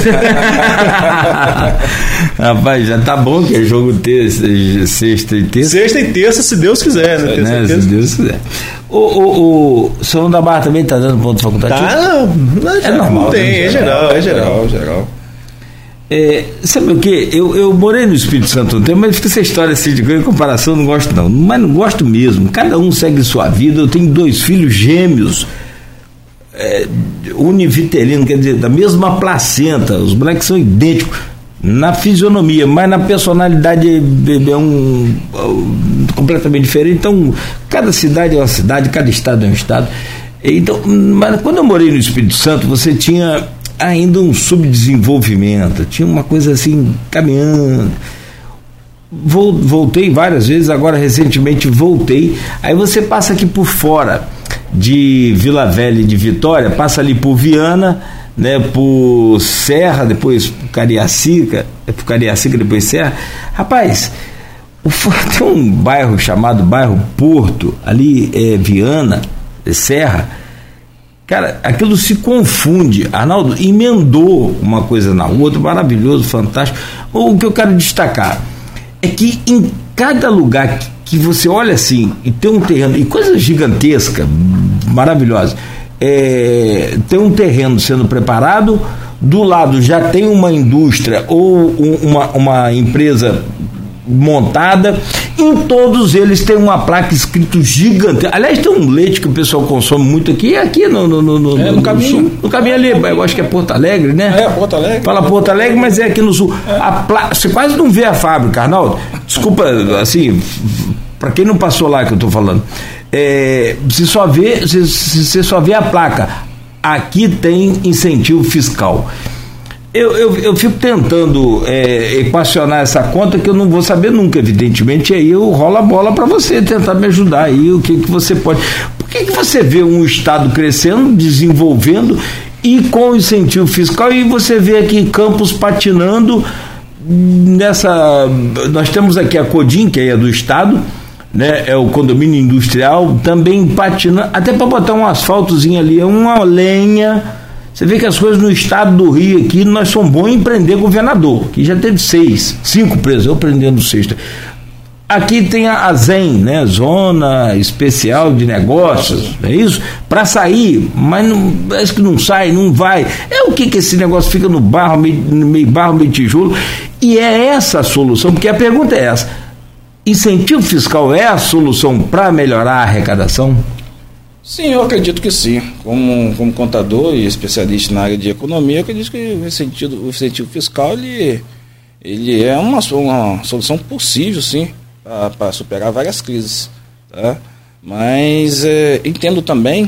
Rapaz, já tá bom que é jogo terça, sexta e terça. Sexta e terça, se Deus quiser, né? né? Se Deus quiser. O, o, o São da Barra também tá dando ponto facultativo? Tá, não, é normal. Não tem, né? é geral, é geral. É geral. É, sabe o que? Eu, eu morei no Espírito Santo um tempo, mas fica essa história assim de comparação, não gosto não. Mas não gosto mesmo. Cada um segue sua vida. Eu tenho dois filhos gêmeos, é, univitelino, quer dizer, da mesma placenta. Os moleques são idênticos na fisionomia, mas na personalidade é, é um, é, completamente diferente. Então, cada cidade é uma cidade, cada estado é um estado. Então, mas quando eu morei no Espírito Santo, você tinha ainda um subdesenvolvimento, tinha uma coisa assim caminhando. Voltei várias vezes, agora recentemente voltei. Aí você passa aqui por fora de Vila Velha e de Vitória, passa ali por Viana, né, por Serra, depois por Cariacica, por Cariacica, depois Serra. Rapaz, tem um bairro chamado bairro Porto, ali é Viana, é Serra. Cara, aquilo se confunde. Arnaldo emendou uma coisa na outra, maravilhoso, fantástico. O que eu quero destacar é que em cada lugar que, que você olha assim e tem um terreno, e coisa gigantesca, maravilhosa, é, tem um terreno sendo preparado, do lado já tem uma indústria ou um, uma, uma empresa montada, em todos eles tem uma placa escrito gigante. Aliás, tem um leite que o pessoal consome muito aqui, aqui no, no, no, no, é, no, no caminho. sul, no caminho ali, eu acho que é Porto Alegre, né? É, Porto Alegre. Fala Porto Alegre, mas é aqui no sul. É. A pla... Você quase não vê a fábrica, Arnaldo. Desculpa, assim, para quem não passou lá que eu estou falando, é, você só vê, você, você só vê a placa. Aqui tem incentivo fiscal. Eu, eu, eu fico tentando é, equacionar essa conta que eu não vou saber nunca, evidentemente, e aí eu rolo a bola para você tentar me ajudar aí, o que, que você pode. Por que, que você vê um Estado crescendo, desenvolvendo e com incentivo fiscal, e você vê aqui Campos patinando nessa. Nós temos aqui a Codim, que é do Estado, né, é o condomínio industrial, também patinando, até para botar um asfaltozinho ali, é uma lenha. Você vê que as coisas no estado do Rio aqui, nós somos bons em prender governador, que já teve seis, cinco presos, eu prendendo sexta. Aqui tem a ZEM, né, Zona Especial de Negócios, é isso? Para sair, mas não, parece que não sai, não vai. É o que que esse negócio fica no barro, meio, meio barro, meio tijolo, e é essa a solução, porque a pergunta é essa: incentivo fiscal é a solução para melhorar a arrecadação? Sim, eu acredito que sim. Como, como contador e especialista na área de economia, eu acredito que o incentivo, o incentivo fiscal ele, ele é uma, uma solução possível, sim, para superar várias crises. Tá? Mas é, entendo também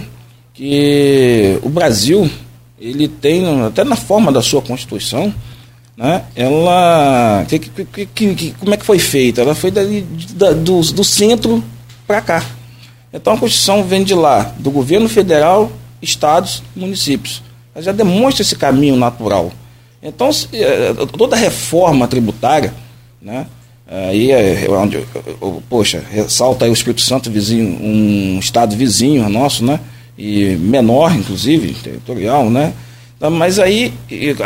que o Brasil, ele tem, até na forma da sua Constituição, né, ela, que, que, que, que, como é que foi feita? Ela foi dali, da, do, do centro para cá. Então a Constituição vem de lá, do governo federal, estados, municípios. Ela já demonstra esse caminho natural. Então, se, toda reforma tributária, né, aí é onde, poxa, ressalta aí o Espírito Santo vizinho, um estado vizinho nosso, né, e menor, inclusive, territorial, né, mas aí a,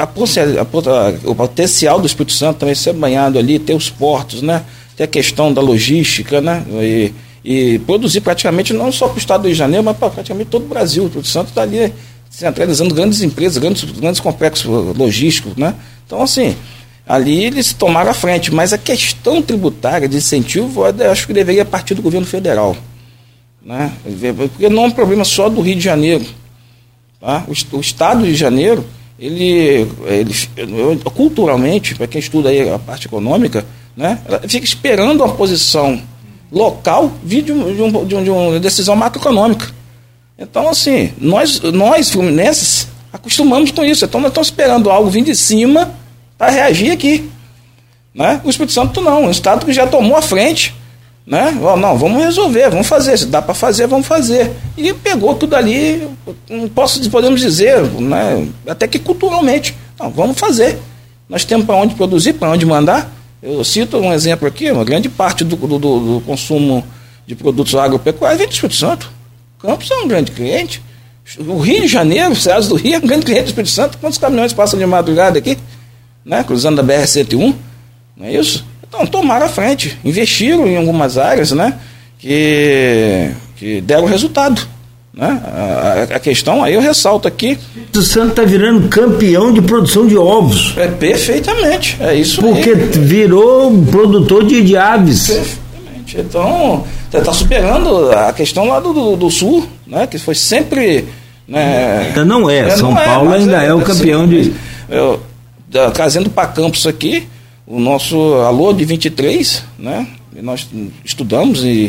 a, o potencial do Espírito Santo também ser banhado ali, ter os portos, né, ter a questão da logística, né, e, e produzir praticamente não só para o estado do Rio de Janeiro, mas para praticamente todo o Brasil. O Espírito Santo está ali centralizando grandes empresas, grandes, grandes complexos logísticos, né? Então, assim, ali eles tomaram a frente, mas a questão tributária de incentivo, eu acho que deveria partir do governo federal, né? Porque não é um problema só do Rio de Janeiro, tá? O, o estado do Rio de Janeiro, ele, ele culturalmente, para quem estuda aí a parte econômica, né, fica esperando uma posição local vir de, um, de, um, de, um, de uma decisão macroeconômica. Então, assim, nós, nós fluminenses acostumamos com isso. Então, nós estamos esperando algo vir de cima para reagir aqui, né? O Espírito Santo não, um estado que já tomou a frente, né? Oh, não, vamos resolver, vamos fazer, se dá para fazer, vamos fazer. E pegou tudo ali, posso, podemos dizer, né, até que culturalmente, não, vamos fazer. Nós temos para onde produzir, para onde mandar. Eu cito um exemplo aqui, uma grande parte do, do, do consumo de produtos agropecuários vem do Espírito Santo. Campos é um grande cliente. O Rio de Janeiro, o Ceará do Rio é um grande cliente do Espírito Santo. Quantos caminhões passam de madrugada aqui, né, cruzando a B R cento e um? Não é isso? Então, tomaram a frente, investiram em algumas áreas, né, que, que deram resultado. Né? A, a questão, aí eu ressalto aqui, o Santo está virando campeão de produção de ovos. É perfeitamente, é isso. Porque aí virou produtor de, de aves. Perfeitamente. Então, está superando a questão lá do, do, do Sul, né? Que foi sempre, né, ainda não é, São não Paulo é, ainda é, é o campeão assim, de... Eu, da, trazendo para Campos aqui, o nosso Alô de vinte e três, né? E nós estudamos e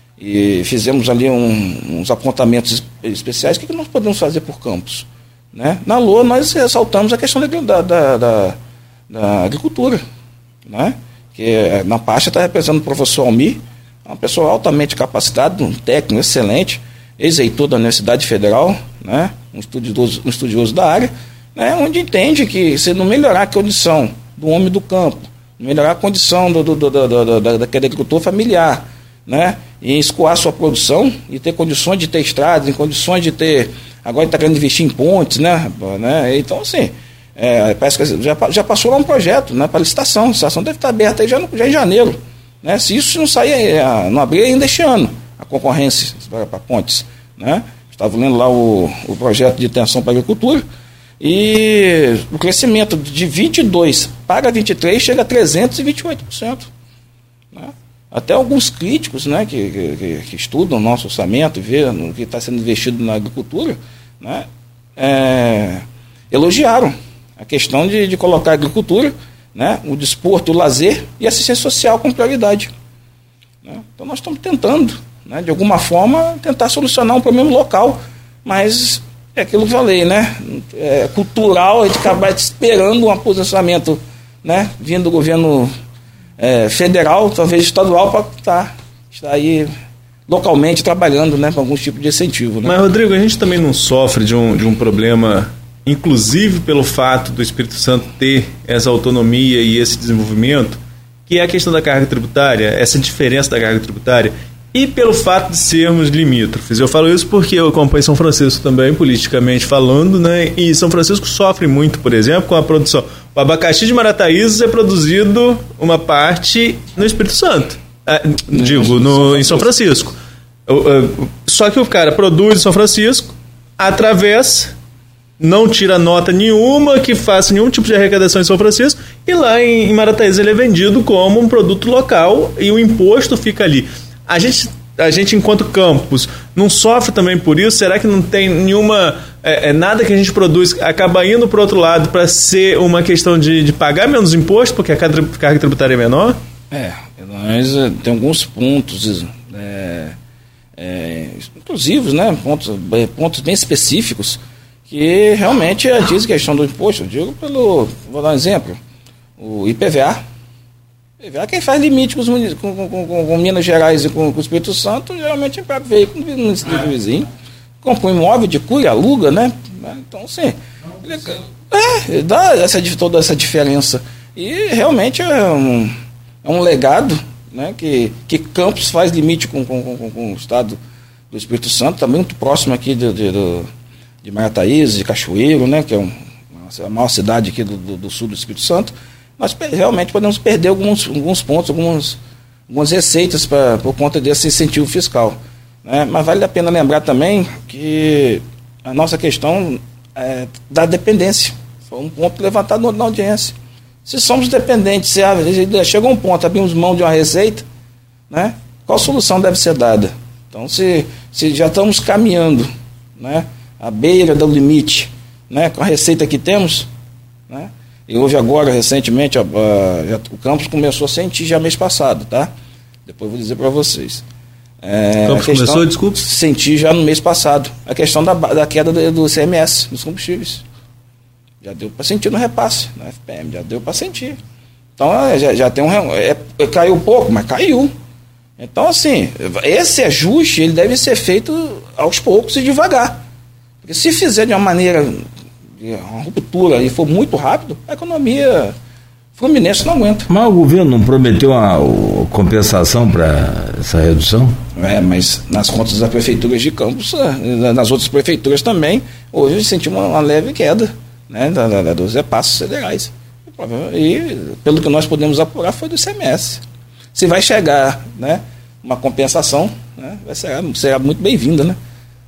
E fizemos ali um, uns apontamentos especiais. O que, que nós podemos fazer por Campos? Né? Na Lua, nós ressaltamos a questão da, da, da, da agricultura. Né? Que na pasta está representando o professor Almir, uma pessoa altamente capacitada, um técnico excelente, ex-reitor da Universidade Federal, né? um, estudioso, um estudioso da área, né? Onde entende que se não melhorar a condição do homem do campo, melhorar a condição do, do, do, do, do, do, daquele agricultor familiar, né, e escoar sua produção e ter condições de ter estradas, em condições de ter, agora está querendo investir em pontes, né, né, então assim, é, parece que já, já passou lá um projeto, né, para licitação, a licitação deve estar aberta aí já, no, já em janeiro, né, se isso não sair, não abrir ainda este ano, a concorrência para, para pontes, né, estava lendo lá o, o projeto de atenção para a agricultura, e o crescimento de vinte e dois para vinte e três chega a trezentos e vinte e oito por cento. Né? Até alguns críticos, né, que, que, que estudam o nosso orçamento e vê o que está sendo investido na agricultura, né, é, elogiaram a questão de, de colocar a agricultura, né, o desporto, o lazer e a assistência social com prioridade. Né? Então nós estamos tentando, né, de alguma forma, tentar solucionar um problema local, mas é aquilo que eu falei, né, é cultural a gente acabar esperando um posicionamento, né, vindo do governo é, federal, talvez estadual, para estar, estar aí localmente trabalhando, né, com algum tipo de incentivo. Né? Mas, Rodrigo, a gente também não sofre de um, de um problema, inclusive pelo fato do Espírito Santo ter essa autonomia e esse desenvolvimento, que é a questão da carga tributária, essa diferença da carga tributária, e pelo fato de sermos limítrofes. Eu falo isso porque eu acompanho São Francisco também, politicamente falando, né? E São Francisco sofre muito, por exemplo, com a produção. O abacaxi de Marataízes é produzido uma parte no Espírito Santo, é, digo, no, em São Francisco. Só que o cara produz em São Francisco, atravessa, não tira nota nenhuma que faça nenhum tipo de arrecadação em São Francisco, e lá em, em Marataízes ele é vendido como um produto local e o imposto fica ali. A gente, a gente enquanto campus, não sofre também por isso? Será que não tem nenhuma... É, é, nada que a gente produz acaba indo para o outro lado para ser uma questão de, de pagar menos imposto, porque a carga tributária é menor? É, mas é, tem alguns pontos, é, é, inclusivos, né, pontos, pontos bem específicos, que realmente diz questão do imposto. Eu digo pelo... Vou dar um exemplo. O I P V A. I P V A, quem faz limite com, os, com, com, com, com Minas Gerais e com, com o Espírito Santo, geralmente é para veículo no município do vizinho. Compra um imóvel de cura, aluga, né? Então, sim. Ele, é, dá essa, toda essa diferença. E realmente é um, é um legado, né, que, que Campos faz limite com, com, com, com o estado do Espírito Santo, está muito próximo aqui de, de, de, de Marataízes, de Cachoeiro, né, que é um, a maior cidade aqui do, do, do sul do Espírito Santo. Nós realmente podemos perder alguns, alguns pontos, algumas, algumas receitas pra, por conta desse incentivo fiscal. Né? Mas vale a pena lembrar também que a nossa questão é da dependência. Foi um ponto levantado na audiência. Se somos dependentes, se chega um ponto, abrimos mão de uma receita, né? Qual solução deve ser dada? Então, se, se já estamos caminhando, né, à beira do limite, né, com a receita que temos, né? E hoje agora, recentemente, a, a, já, o Campos começou a sentir já mês passado, tá? Depois vou dizer para vocês. É, o Campos questão, começou, desculpe? Senti já no mês passado a questão da, da queda do, do C M S, dos combustíveis. Já deu para sentir no repasse, na F P M, já deu para sentir. Então, já, já tem um... É, caiu pouco, mas caiu. Então, assim, esse ajuste, ele deve ser feito aos poucos e devagar. Porque se fizer de uma maneira... uma ruptura e for muito rápido, a economia fluminense não aguenta. Mas o governo não prometeu uma, uma compensação para essa redução? É, mas nas contas das prefeituras de Campos, nas outras prefeituras também, hoje a gente sentiu uma, uma leve queda, né, da, da, dos repasses federais. E, pelo que nós podemos apurar, foi do I C M S. Se vai chegar, né, uma compensação, né, vai ser, será muito bem-vinda, né?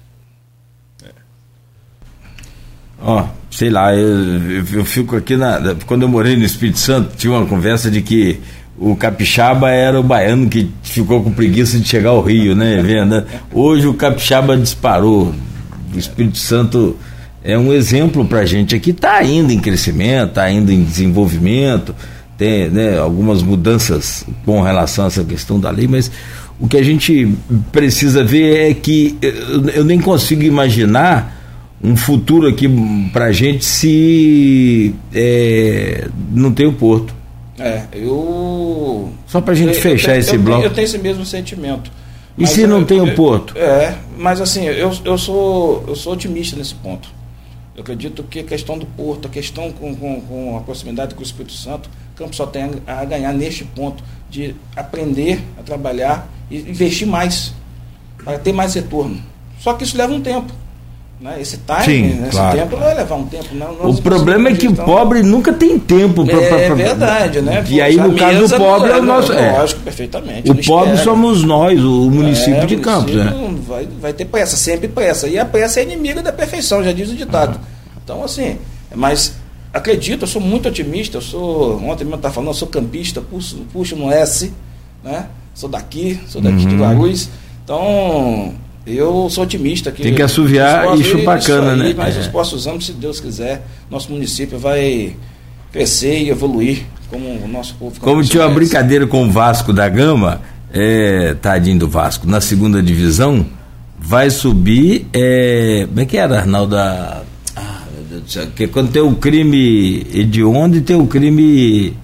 Ó, oh, sei lá, eu, eu fico aqui na... Quando eu morei no Espírito Santo, tinha uma conversa de que o capixaba era o baiano que ficou com preguiça de chegar ao Rio, né? Vendo? Hoje o capixaba disparou. O Espírito Santo é um exemplo pra gente aqui, tá ainda em crescimento, tá ainda em desenvolvimento, tem, né, algumas mudanças com relação a essa questão da lei, mas o que a gente precisa ver é que eu, eu nem consigo imaginar um futuro aqui pra gente se é, não tem o porto. É, eu... Só pra gente eu, fechar eu tenho, esse eu bloco. Tenho, eu tenho esse mesmo sentimento. E se não eu, tem eu, o porto? É, mas assim, eu, eu, sou, eu sou otimista nesse ponto. Eu acredito que a questão do porto, a questão com, com, com a proximidade com o Espírito Santo, o Campos só tem a ganhar neste ponto de aprender a trabalhar e investir mais, para ter mais retorno. Só que isso leva um tempo. Né? Esse time, Sim, esse claro. tempo vai levar um tempo. Não, O problema é que o pobre nunca tem tempo para. É pra, verdade, né? E aí, no caso do pobre, é o nosso. É, lógico, perfeitamente. O pobre espera. Somos nós, o município é, de Campos. Né? Vai, vai ter pressa, sempre pressa. E a pressa é inimiga da perfeição, já diz o ditado. Ah. Então, assim, mas acredito, eu sou muito otimista. Eu sou, ontem mesmo estava falando, eu sou campista, puxo, puxo no S, né? Sou daqui, sou daqui uhum. de Guarulhos. Então. Eu sou otimista. Que tem que assoviar e chupar cana, né? Mas é. os próximos anos, se Deus quiser, nosso município vai crescer e evoluir como o nosso povo. Como tinha uma brincadeira com o Vasco da Gama, é, tadinho do Vasco, na segunda divisão, vai subir. É, como é que era, Arnaldo? Ah, meu Deus do céu, que quando tem o crime hediondo e tem o crime.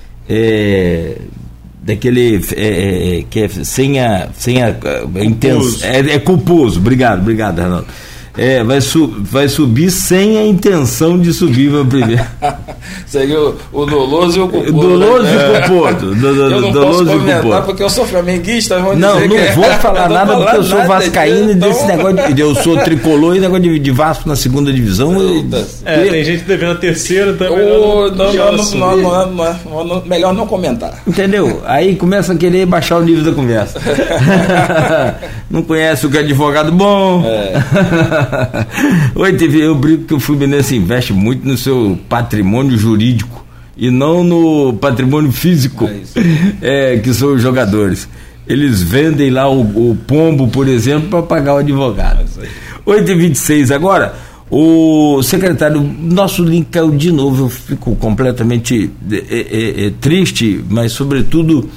É, daquele é, é, que é sem a, sem a, a intenção, é, é culposo, obrigado, obrigado, Arnaldo. É, vai, su, vai subir sem a intenção de subir para primeiro. Seria o, o doloso e o culposo. Doloso né? e culposo. Do, do, eu não doloso posso comentar culposo. Porque eu sou flamenguista. Não, não que vou falar nada porque eu sou vascaíno e então... desse negócio de, eu sou tricolor e negócio de, de Vasco na segunda divisão. Eu, é, eu, tem gente devendo a terceira também. Oh, não, não, não, não, não, não, melhor não comentar. Entendeu? Aí começa a querer baixar o nível da conversa. Não conhece o que é advogado bom. É. Oi, T V, eu brinco que o Fluminense investe muito no seu patrimônio jurídico e não no patrimônio físico, é é, que são os jogadores. Eles vendem lá o, o pombo, por exemplo, para pagar o advogado. oito e vinte e seis agora, o secretário, nosso link caiu de novo, eu fico completamente é, é, é, triste, mas sobretudo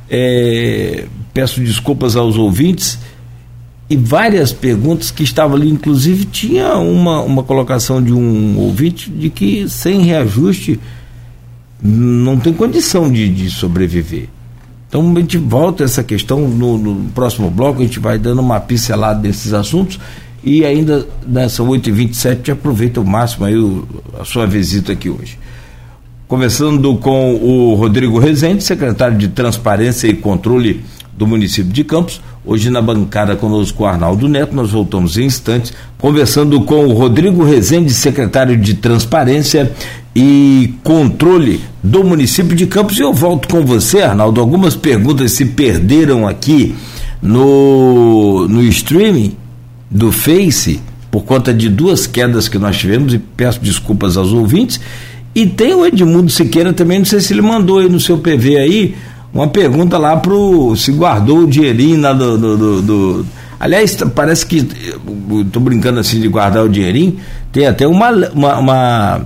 é, peço desculpas aos ouvintes. E várias perguntas que estavam ali, inclusive tinha uma, uma colocação de um ouvinte de que sem reajuste não tem condição de, de sobreviver. Então a gente volta a essa questão no, no próximo bloco, a gente vai dando uma pincelada desses assuntos e ainda nessa oito e vinte e sete aproveita o máximo aí o, a sua visita aqui hoje. Conversando com o Rodrigo Rezende, secretário de Transparência e Controle do município de Campos. Hoje na bancada conosco o Arnaldo Neto, nós voltamos em instantes, conversando com o Rodrigo Rezende, secretário de Transparência e Controle do município de Campos. E eu volto com você, Arnaldo, algumas perguntas se perderam aqui no, no streaming do Face, por conta de duas quedas que nós tivemos, e peço desculpas aos ouvintes. E tem o Edmundo Siqueira também, não sei se ele mandou aí no seu P V aí, uma pergunta lá pro se guardou o dinheirinho lá do, do, do, do... aliás, parece que estou brincando assim de guardar o dinheirinho, tem até uma, uma, uma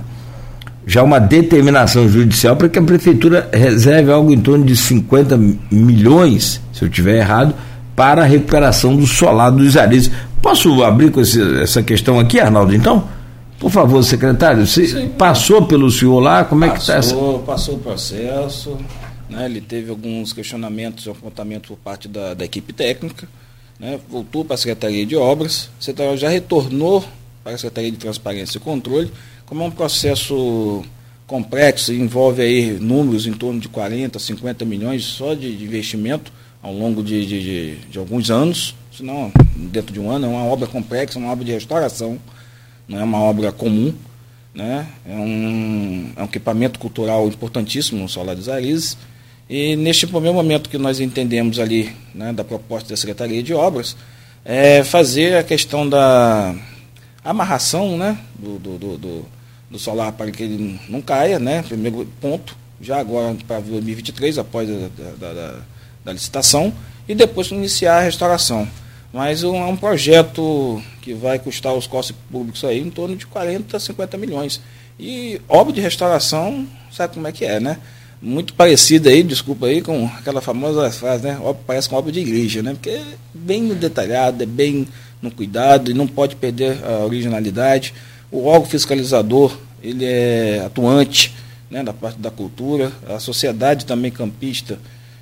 já uma determinação judicial para que a prefeitura reserve algo em torno de cinquenta milhões, se eu estiver errado, para a recuperação do solar dos Arizes. Posso abrir com esse, essa questão aqui, Arnaldo, então? Por favor, secretário, você Sim. passou pelo senhor lá, como é passou, que está essa... Passou o processo, né, ele teve alguns questionamentos e apontamentos por parte da, da equipe técnica, né, voltou para a Secretaria de Obras, a Secretaria já retornou para a Secretaria de Transparência e Controle, como é um processo complexo, envolve aí números em torno de quarenta, cinquenta milhões só de, de investimento ao longo de, de, de, de alguns anos, senão dentro de um ano, é uma obra complexa, uma obra de restauração, não é uma obra comum, né, é um, é um equipamento cultural importantíssimo no Solar dos Arizes. E neste primeiro momento que nós entendemos ali, né, da proposta da Secretaria de Obras, é fazer a questão da amarração, né, do, do, do, do, do solar para que ele não caia, né, primeiro ponto, já agora para dois mil e vinte e três, após a da, da, da licitação, e depois iniciar a restauração. Mas um, é um projeto que vai custar aos costos públicos aí em torno de quarenta, cinquenta milhões. E obra de restauração, sabe como é que é, né? Muito parecida aí, desculpa aí, com aquela famosa frase, né? Parece com obra de igreja, né? Porque é bem detalhado, é bem no cuidado e não pode perder a originalidade. O órgão fiscalizador, ele é atuante, né, da parte da cultura, a sociedade também campista,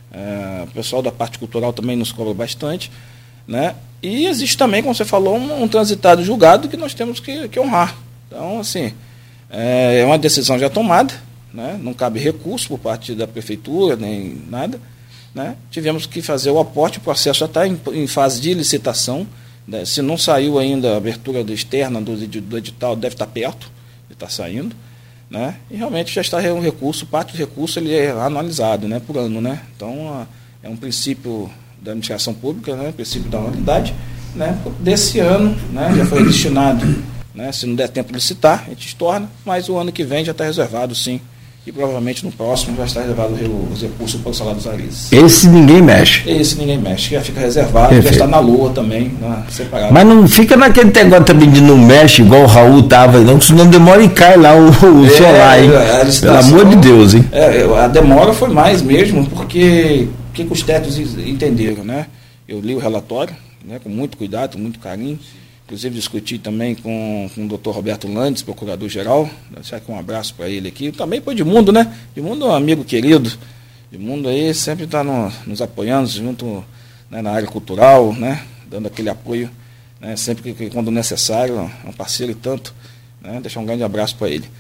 é, o pessoal da parte cultural também nos cobra bastante, né? E existe também, como você falou, um, um transitado julgado que nós temos que, que honrar. Então, assim, é, é uma decisão já tomada, né? Não cabe recurso por parte da prefeitura, nem nada, né? Tivemos que fazer o aporte, o processo já está em, em fase de licitação, né? Se não saiu ainda a abertura externa do, do edital, deve estar perto de estar saindo, né? E realmente já está um recurso, parte do recurso ele é analisado, né, por ano, né? Então é um princípio da administração pública, né, princípio da anualidade, né, desse ano, né, já foi destinado, né, se não der tempo de licitar, a gente estorna, mas o ano que vem já está reservado, sim, e provavelmente no próximo vai estar reservado os recursos para o salário dos arizes. Esse ninguém mexe. Esse ninguém mexe, já fica reservado, Perfeito. Já está na lua também, né, separado. Mas não fica naquele negócio também de não mexe, igual o Raul estava, não, senão demora e cai lá o, o é, solar, hein? Pelo amor de Deus, hein? É, a demora foi mais mesmo, porque o que os técnicos entenderam, né? Eu li o relatório, né, com muito cuidado, com muito carinho. Inclusive discuti também com, com o doutor Roberto Landes, procurador-geral, deixar aqui um abraço para ele aqui. Também para o Edmundo, né? Edmundo é um amigo querido. Edmundo aí sempre está no, nos apoiando junto, né, na área cultural, né? Dando aquele apoio, né, sempre que, quando necessário, é um parceiro e tanto, né? Deixar um grande abraço para ele.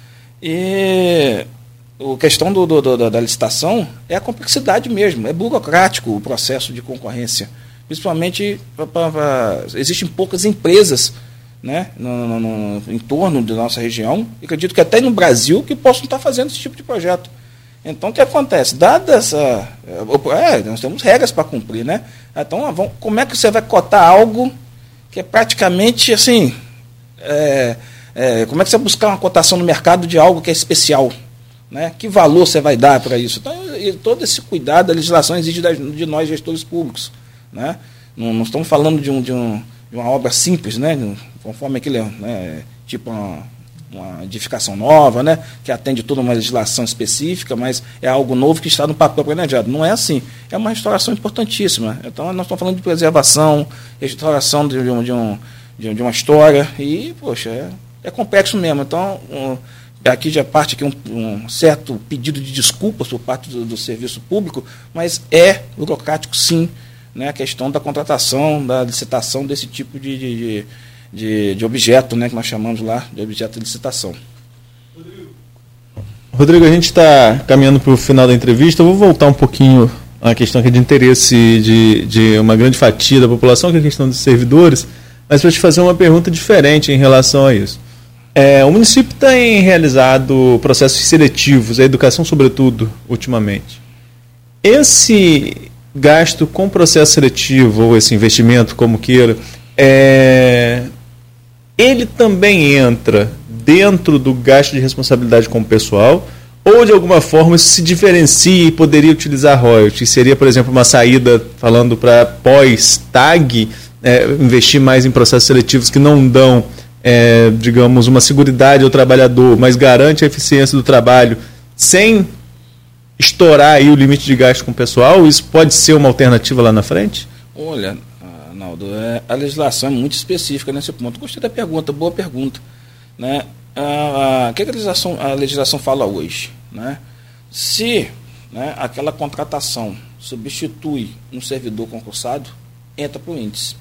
E a questão do, do, do, da licitação é a complexidade mesmo, é burocrático o processo de concorrência. Principalmente, pra, pra, pra, existem poucas empresas, né, no, no, no, em torno da nossa região, e acredito que até no Brasil, que possam estar fazendo esse tipo de projeto. Então, o que acontece? Dada essa... É, nós temos regras para cumprir, né? Então, vamos, como é que você vai cotar algo que é praticamente, assim... É, é, como é que você vai buscar uma cotação no mercado de algo que é especial? Né? Que valor você vai dar para isso? Então, e todo esse cuidado, a legislação exige de nós, gestores públicos. Né? Não, não estamos falando de, um, de, um, de uma obra simples, né? Conforme aquele, né, tipo uma, uma edificação nova, né, que atende toda uma legislação específica, mas é algo novo que está no papel planejado. Não é assim. É uma restauração importantíssima. Então, nós estamos falando de preservação, restauração de, de, um, de, um, de, de uma história, e, poxa, é, é complexo mesmo. Então, um, aqui já parte aqui um, um certo pedido de desculpas por parte do, do serviço público, mas é burocrático, sim, né, a questão da contratação, da licitação desse tipo de, de, de, de objeto, né, que nós chamamos lá de objeto de licitação. Rodrigo, a gente está caminhando para o final da entrevista. Eu vou voltar um pouquinho à questão aqui de interesse de, de uma grande fatia da população, que é a questão dos servidores, mas para te fazer uma pergunta diferente em relação a isso. É, o município tem realizado processos seletivos, a educação sobretudo, ultimamente. Esse gasto com processo seletivo, ou esse investimento, como queira, é, ele também entra dentro do gasto de responsabilidade com o pessoal, ou de alguma forma isso se diferencia e poderia utilizar royalties? Seria, por exemplo, uma saída, falando para pós-tag, é, investir mais em processos seletivos que não dão, é, digamos, uma seguridade ao trabalhador, mas garante a eficiência do trabalho sem estourar aí o limite de gasto com o pessoal? Isso pode ser uma alternativa lá na frente? Olha, Arnaldo, é, a legislação é muito específica nesse ponto. Gostei da pergunta, boa pergunta. Né? A, a, o que a legislação, a legislação fala hoje? Né? Se, né, aquela contratação substitui um servidor concursado, entra para o índice.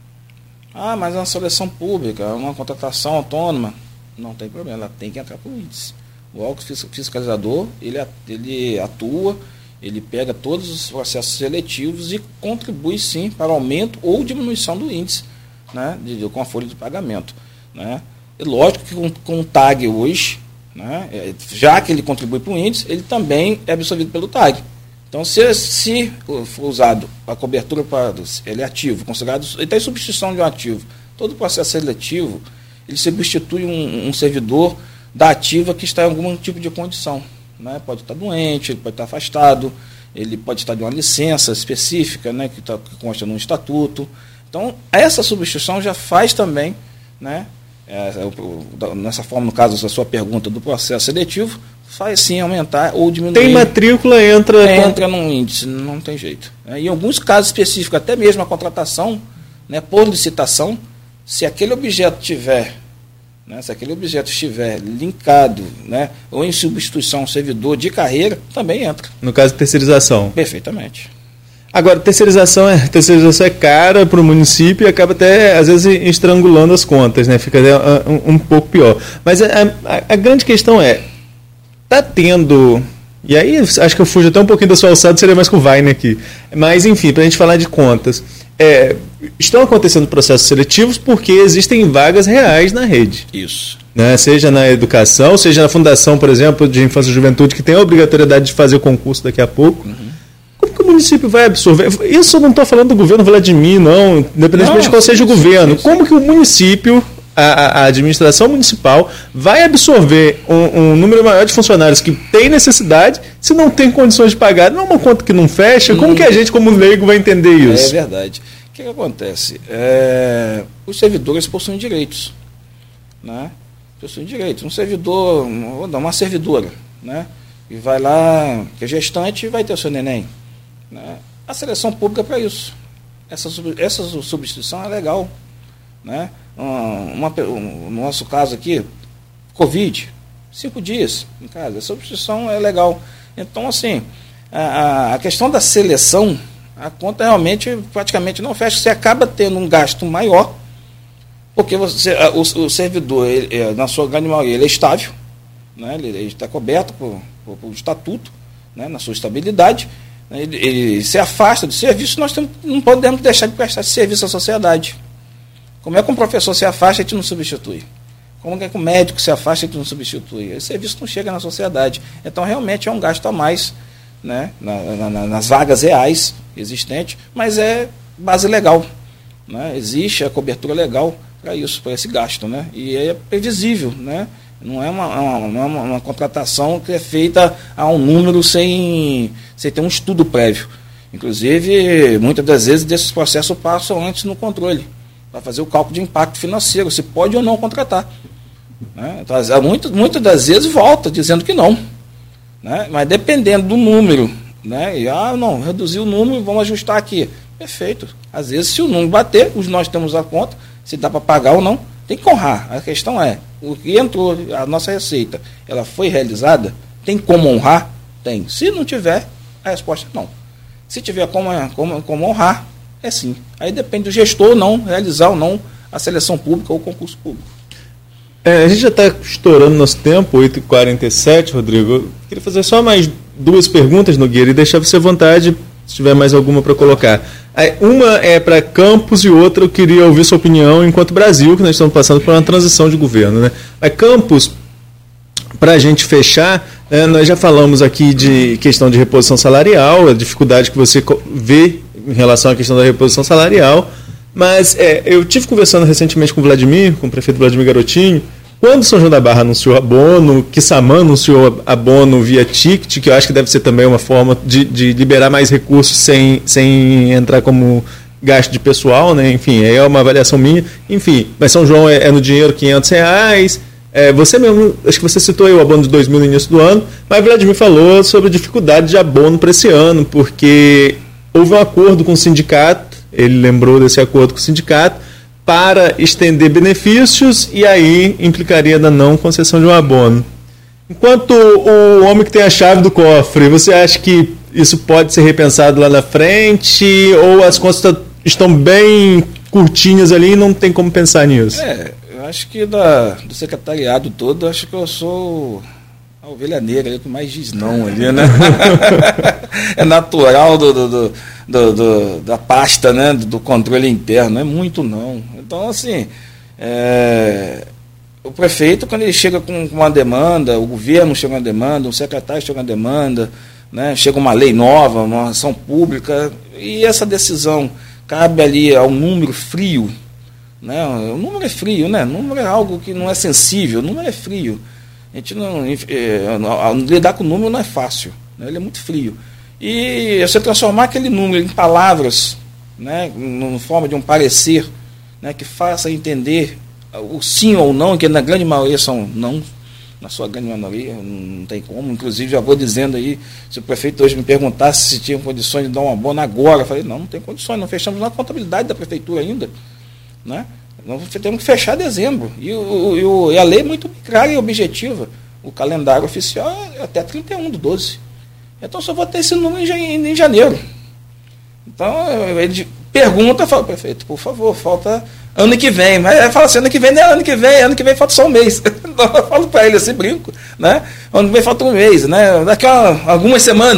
Ah, mas é uma seleção pública, uma contratação autônoma. Não tem problema, ela tem que entrar para o índice. O órgão fiscalizador, ele, ele atua, ele pega todos os processos seletivos e contribui, sim, para o aumento ou diminuição do índice, né, de, de, com a folha de pagamento. Né? E lógico que com, com o tag hoje, né, já que ele contribui para o índice, ele também é absorvido pelo tag. Então, se, se for usado a cobertura para ele é ativo, considerado, ele está em substituição de um ativo. Todo processo seletivo, ele substitui um, um servidor da ativa que está em algum tipo de condição. Né? Pode estar doente, ele pode estar afastado, ele pode estar de uma licença específica, né, que, tá, que consta no estatuto. Então, essa substituição já faz também, né, é, nessa forma, no caso da sua pergunta do processo seletivo, faz sim aumentar ou diminuir. Tem matrícula, entra... Entra num índice, não tem jeito. É, em alguns casos específicos, até mesmo a contratação, né, por licitação, se aquele objeto tiver... Né, se aquele objeto estiver linkado, né, ou em substituição a um servidor de carreira, também entra. No caso de terceirização. Perfeitamente. Agora, terceirização é, terceirização é cara para o município e acaba até, às vezes, estrangulando as contas, né? Fica um, um pouco pior. Mas a, a, a grande questão é, está tendo... E aí, acho que eu fujo até um pouquinho da sua alçada, seria mais com o Weiner aqui. Mas, enfim, para a gente falar de contas... é, estão acontecendo processos seletivos porque existem vagas reais na rede. Isso. Né? Seja na educação, seja na Fundação, por exemplo, de Infância e Juventude, que tem a obrigatoriedade de fazer o concurso daqui a pouco. Uhum. Como que o município vai absorver? Isso eu não estou falando do governo Vladimir, não, independentemente não, de qual seja o governo. Sim, sim. Como que o município, a, a administração municipal, vai absorver um, um número maior de funcionários que tem necessidade, se não tem condições de pagar? Não é uma conta que não fecha? Como hum. que a gente, como leigo, vai entender isso? É verdade. O que, que acontece? É, os servidores possuem direitos, né? Possuem direitos. Um servidor, uma servidora, né? E vai lá, que é gestante, vai ter o seu neném. Né? A seleção pública é para isso. Essa, essa substituição é legal. Né? Uma, um, no nosso caso aqui, Covid, cinco dias em casa. A substituição é legal. Então, assim, a, a questão da seleção, a conta realmente praticamente não fecha. Você acaba tendo um gasto maior, porque você, o, o servidor, ele, na sua grande maioria, ele é estável, né? ele, ele está coberto por, por, por estatuto, né? Na sua estabilidade. Ele, ele se afasta do serviço, nós temos, não podemos deixar de prestar esse serviço à sociedade. Como é que um professor se afasta e a gente não substitui? Como é que um médico se afasta e a gente não substitui? Esse serviço não chega na sociedade. Então, realmente, é um gasto a mais, né? na, na, nas vagas reais existentes, mas é base legal. Né? Existe a cobertura legal para isso, para esse gasto. Né? E é previsível, né? Não é uma, uma, não é uma, uma contratação que é feita a um número sem, sem ter um estudo prévio. Inclusive, muitas das vezes, desses processos passam antes no controle, para fazer o cálculo de impacto financeiro, se pode ou não contratar. Né? Então, muitas, muitas das vezes volta dizendo que não. Né? Mas dependendo do número, né? E, ah, não, reduziu o número, vamos ajustar aqui. Perfeito. Às vezes, se o número bater, os nós temos a conta, se dá para pagar ou não, tem que honrar. A questão é, o que entrou, a nossa receita, ela foi realizada? Tem como honrar? Tem. Se não tiver, a resposta é não. Se tiver como, como, como honrar, é sim. Aí depende do gestor não realizar ou não a seleção pública ou o concurso público. É, a gente já está estourando nosso tempo, oito e quarenta e sete, Rodrigo. Eu queria fazer só mais duas perguntas, Nogueira, e deixar você à vontade, se tiver mais alguma para colocar. Uma é para Campos e outra eu queria ouvir sua opinião enquanto Brasil, que nós estamos passando por uma transição de governo. Né? Mas Campos, para a gente fechar, né, nós já falamos aqui de questão de reposição salarial, a dificuldade que você vê em relação à questão da reposição salarial, mas é, eu tive conversando recentemente com o Vladimir, com o prefeito Vladimir Garotinho, quando São João da Barra anunciou abono, Quissamã anunciou abono via ticket, que eu acho que deve ser também uma forma de, de liberar mais recursos sem, sem entrar como gasto de pessoal, né? Enfim, é uma avaliação minha. Enfim, mas São João é, é no dinheiro quinhentos reais. É, você mesmo, acho que você citou aí o abono de dois mil no início do ano, mas Vladimir falou sobre a dificuldade de abono para esse ano, porque houve um acordo com o sindicato, ele lembrou desse acordo com o sindicato, para estender benefícios e aí implicaria na não concessão de um abono. Enquanto o homem que tem a chave do cofre, você acha que isso pode ser repensado lá na frente ou as contas estão bem curtinhas ali e não tem como pensar nisso? É, eu acho que da, do secretariado todo, acho que eu sou a ovelha negra ali, que mais diz não ali, né? É natural do, do, do, do, do, da pasta, né? Do, do controle interno, não é muito não. Então, assim, é, o prefeito, quando ele chega com uma demanda, o governo chega com uma demanda, o secretário chega com uma demanda, né, chega uma lei nova, uma ação pública, e essa decisão cabe ali ao número frio, né, o número é frio, né, o número é algo que não é sensível, o número é frio. A gente não, é, lidar com o número não é fácil, né, ele é muito frio. E você transformar aquele número em palavras, né, na forma de um parecer, né, que faça entender o sim ou não, que na grande maioria são não, na sua grande maioria, não tem como. Inclusive, já vou dizendo aí, se o prefeito hoje me perguntasse se tinha condições de dar um abono agora, eu falei, não, não tem condições, não fechamos na contabilidade da prefeitura ainda, né? Nós temos que fechar dezembro, e, o, e a lei é muito clara e objetiva, o calendário oficial é até trinta e um do doze, então só vou ter esse número em janeiro. Então, ele pergunta, fala, prefeito, por favor, falta ano que vem. Mas ele fala assim, ano que vem não é ano que vem, ano que vem falta só um mês. Então, eu falo para ele assim, brinco, né? Ano que vem falta um mês, né? Daqui a algumas semanas,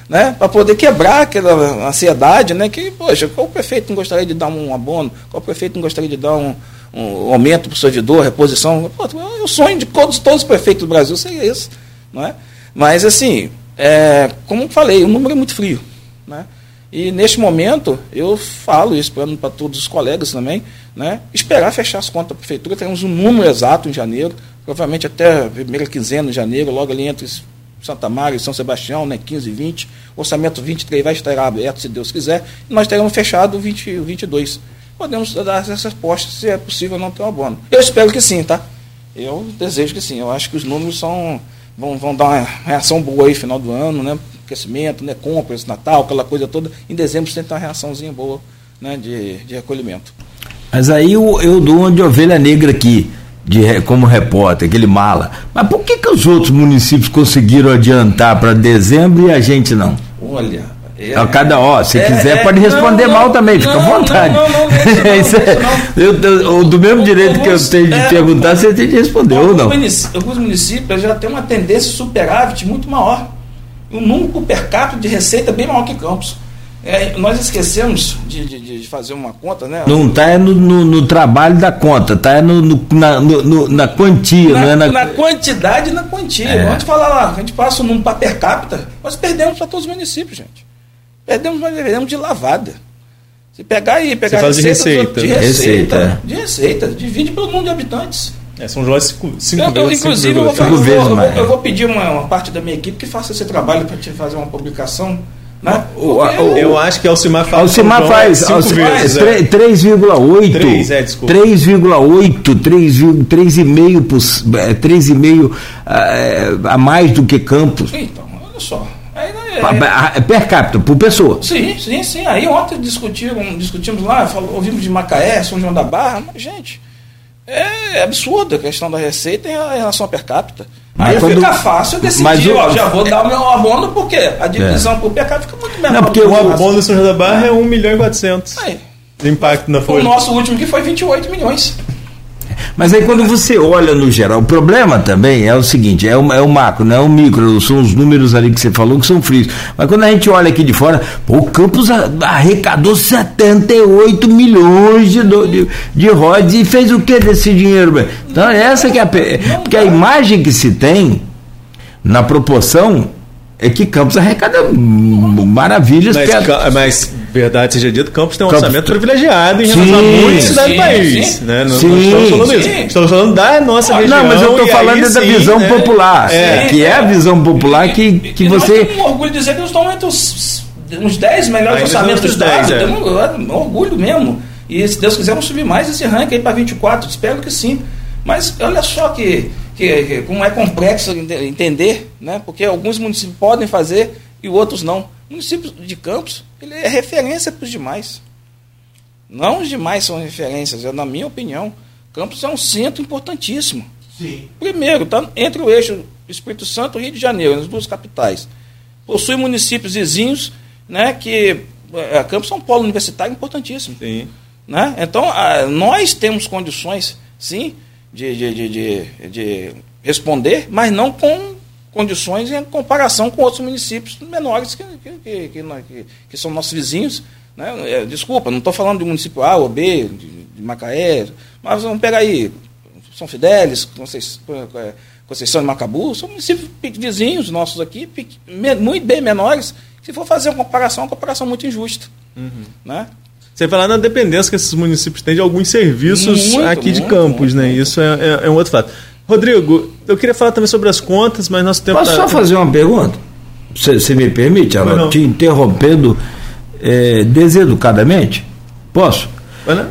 né, para poder quebrar aquela ansiedade, né, que, poxa, qual prefeito não gostaria de dar um abono, qual prefeito não gostaria de dar um, um aumento para o servidor, reposição? Pô, o sonho de todos, todos os prefeitos do Brasil seria isso, não é? Mas, assim, é, como eu falei, o número é muito frio, né? E, neste momento, eu falo isso para todos os colegas também, né? Esperar fechar as contas da prefeitura, teremos um número exato em janeiro, provavelmente até a primeira quinzena de janeiro, logo ali entre Santa Maria e São Sebastião, né, quinze e vinte, o orçamento vinte e três vai estar aberto, se Deus quiser, e nós teremos fechado o vinte, vinte e dois. Podemos dar essas respostas, se é possível não ter um abono. Eu espero que sim, tá? Eu desejo que sim, eu acho que os números são, vão, vão dar uma reação boa aí, final do ano, né? Crescimento, né, compras, Natal, aquela coisa toda. Em dezembro você tem que ter uma reaçãozinha boa, né, de, de recolhimento. Mas aí eu, eu dou uma de ovelha negra aqui, de, como repórter, aquele mala. Mas por que, que os outros municípios conseguiram adiantar para dezembro e a gente não? Olha... É, a cada ó, se é, quiser é, pode responder não, mal não, também, fica à vontade. Não, não, não, não, não, isso não, eu, eu, do mesmo direito que eu tenho de é, perguntar, você tem de responder ou não. Alguns municípios já têm uma tendência superávit muito maior. Um número per capita de receita bem maior que Campos. É, nós esquecemos de, de, de fazer uma conta, né? Não está no, no, no trabalho da conta, está no, no, na, no, na quantia, na, não é na... na quantidade e na quantia. É. Antes de falar lá, a gente passa o número para per capita, nós perdemos para todos os municípios, gente. Perdemos, mas perdemos de lavada. Se pegar aí, pegar Você faz receita, de receita, de receita, receita, de receita, divide pelo número de habitantes. É, São João é cinco, cinco eu, vezes. Inclusive, cinco eu, vou, cinco eu, vou, vezes eu, vou, mais. eu vou pedir uma, uma parte da minha equipe que faça esse trabalho para te fazer uma publicação. Né? O, o, eu, eu acho que Alcimar faz. Alcimar faz cinco vezes, é. três vírgula oito. três, é, desculpa. três vírgula oito, três vírgula cinco a mais do que Campos. Então, olha só. Aí, é, per capita, por pessoa. Sim, sim, sim. Aí ontem discutimos, discutimos lá, falou, ouvimos de Macaé, São João da Barra, mas, gente, é absurda a questão da receita em relação a per capita. Aí quando, fica fácil decidir, o, ó, já vou dar o meu abono, porque a divisão é. por per capita fica muito menor. Não, porque o abono do São João da Barra é um milhão e quatrocentos. Aí. De impacto na folha. O nosso último que foi vinte e oito milhões. Mas aí quando você olha no geral, o problema também é o seguinte, é o, é o macro, não é o micro, são os números ali que você falou que são frios. Mas quando a gente olha aqui de fora, pô, o Campos arrecadou setenta e oito milhões de, de, de royalties e fez o que desse dinheiro? Então essa que é a... Porque a imagem que se tem na proporção é que Campos arrecada maravilhas. Mas, perto. mas verdade seja dito, Campos tem um Campos orçamento privilegiado em sim, relação a muitas cidades do país. Sim, né? Não, sim, não estamos falando sim. isso. Estamos falando da nossa região. Não, mas eu estou falando da sim, visão né? popular, é, que é a visão popular que, que e você... Nós temos um orgulho de dizer que nós estamos entre os, uns dez melhores ainda orçamentos do Estado. dez, é. Temos um, um orgulho mesmo. E se Deus quiser, vamos subir mais esse ranking aí para vinte e quatro. Espero que sim. Mas olha só que, que, que como é complexo entender, né? Porque alguns municípios podem fazer e outros não. O município de Campos, ele é referência para os demais. Não os demais são referências, é na minha opinião. Campos é um centro importantíssimo. Sim. Primeiro, está entre o eixo Espírito Santo e Rio de Janeiro, nas duas capitais. Possui municípios vizinhos, né, que a Campos é um polo universitário importantíssimo. Sim. Né? Então, a, nós temos condições, sim, de, de, de, de, de responder, mas não com condições em comparação com outros municípios menores que, que, que, que, que, que são nossos vizinhos. Né? Desculpa, não estou falando de município A ou B, de, de Macaé, mas vamos pegar aí São Fidélis, Conceição de Macabu, são municípios vizinhos nossos aqui, muito bem menores. Se for fazer uma comparação, é uma comparação muito injusta. Uhum. Né? Você falar na dependência que esses municípios têm de alguns serviços muito, aqui de muito, Campos, muito, né? Muito. Isso é, é, é um outro fato. Rodrigo, eu queria falar também sobre as contas, mas nosso tempo... Posso tá... só fazer uma pergunta? Você me permite, Alô, te interrompendo é, deseducadamente? Posso? Não.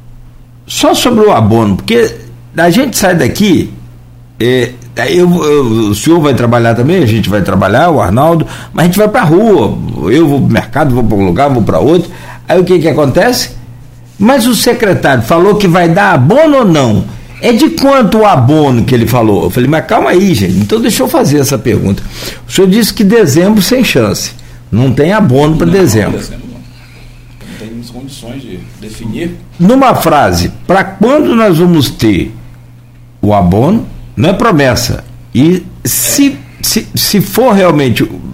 Só sobre o abono, porque a gente sai daqui, é, eu, eu, o senhor vai trabalhar também, a gente vai trabalhar, o Arnaldo, mas a gente vai para a rua, eu vou para o mercado, vou para um lugar, vou para outro, aí o que que acontece? Mas o secretário falou que vai dar abono ou não? É de quanto o abono que ele falou? Eu falei, mas calma aí, gente, então deixa eu fazer essa pergunta. O senhor disse que dezembro sem chance, não tem abono para dezembro. dezembro não. Não temos condições de definir. Numa frase, para quando nós vamos ter o abono, não é promessa, e se, se, se for realmente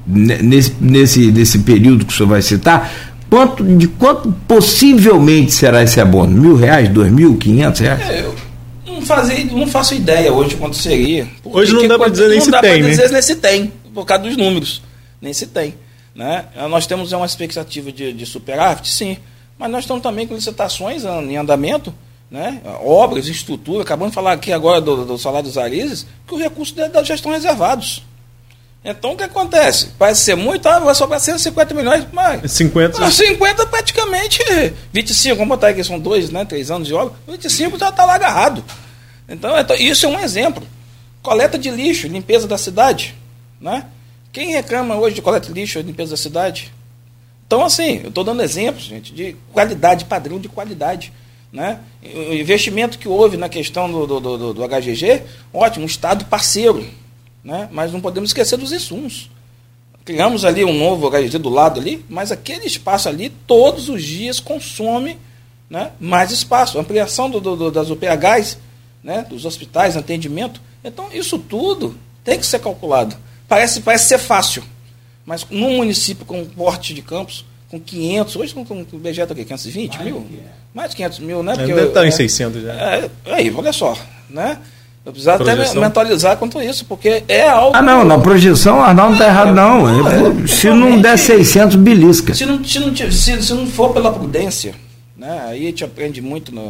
nesse, nesse, nesse período que o senhor vai citar, quanto, de quanto possivelmente será esse abono? Mil reais, dois mil, quinhentos reais? É, eu não, fazia, não faço ideia hoje quanto seria. Hoje não dá para dizer nem se tem, né? Não dá para dizer nem se tem, por causa dos números. Nem se tem. Né? Nós temos uma expectativa de, de superávit, sim, mas nós estamos também com licitações em andamento, né? Obras, estrutura. Acabamos de falar aqui agora do, do salário dos Arizes, que os recursos já estão reservados. Então o que acontece? Parece ser muito, ah, vai sobrar cento e cinquenta milhões, mas cinquenta, cinquenta praticamente, vinte e cinco, vamos botar aqui, são dois, né, três anos de obra, vinte e cinco já está lá agarrado. Então, então isso é um exemplo. Coleta de lixo, limpeza da cidade, né? Quem reclama hoje de coleta de lixo, limpeza da cidade? Então, assim, eu estou dando exemplos, gente, de qualidade, padrão de qualidade. Né? O investimento que houve na questão do, do, do, do H G G, ótimo, um Estado parceiro. Né? Mas não podemos esquecer dos insumos. Criamos ali um novo H G G do lado ali, mas aquele espaço ali, todos os dias, consome, né, mais espaço. Ampliação do, do, das U P Hs, né, dos hospitais, atendimento. Então, isso tudo tem que ser calculado. Parece, parece ser fácil, mas num município com porte de Campos, com quinhentos, hoje com o B G está aqui, quinhentos e vinte mil? Mais de quinhentos mil, né? Porque deve estar em seiscentos já. É, aí, olha só, né? Eu precisava até mentalizar quanto isso, porque é algo... Ah, não, na projeção, Arnaldo, não está errado, não. É, se não der seiscentos, belisca. Se não, se, não, se, se não for pela prudência, né? Aí a gente aprende muito na,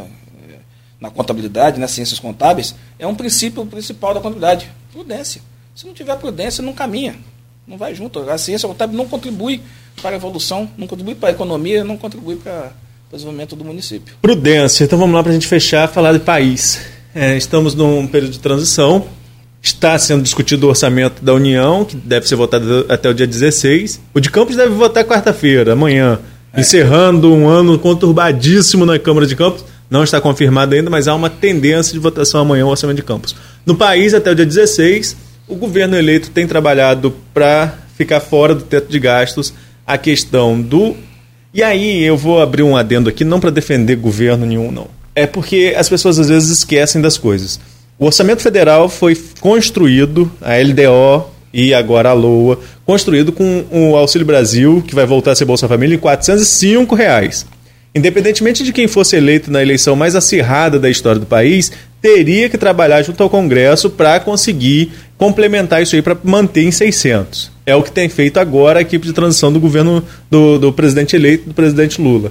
na contabilidade, nas ciências contábeis, é um princípio principal da contabilidade, prudência. Se não tiver prudência, não caminha, não vai junto. A ciência contábil não contribui para a evolução, não contribui para a economia, não contribui para o desenvolvimento do município. Prudência. Então vamos lá para a gente fechar, falar de país. É, estamos num período de transição, está sendo discutido o orçamento da União, que deve ser votado até o dia dezesseis. O de Campos deve votar quarta-feira, amanhã, é. encerrando um ano conturbadíssimo na Câmara de Campos. Não está confirmado ainda, mas há uma tendência de votação amanhã o orçamento de Campos. No país, até o dia dezesseis, o governo eleito tem trabalhado para ficar fora do teto de gastos a questão do... E aí eu vou abrir um adendo aqui, não para defender governo nenhum, não. É porque as pessoas às vezes esquecem das coisas. O orçamento federal foi construído, a L D O e agora a LOA, construído com o Auxílio Brasil, que vai voltar a ser Bolsa Família, em quatrocentos e cinco reais. Independentemente de quem fosse eleito na eleição mais acirrada da história do país, teria que trabalhar junto ao Congresso para conseguir complementar isso aí, para manter em seiscentos. É o que tem feito agora a equipe de transição do governo do, do presidente eleito, do presidente Lula.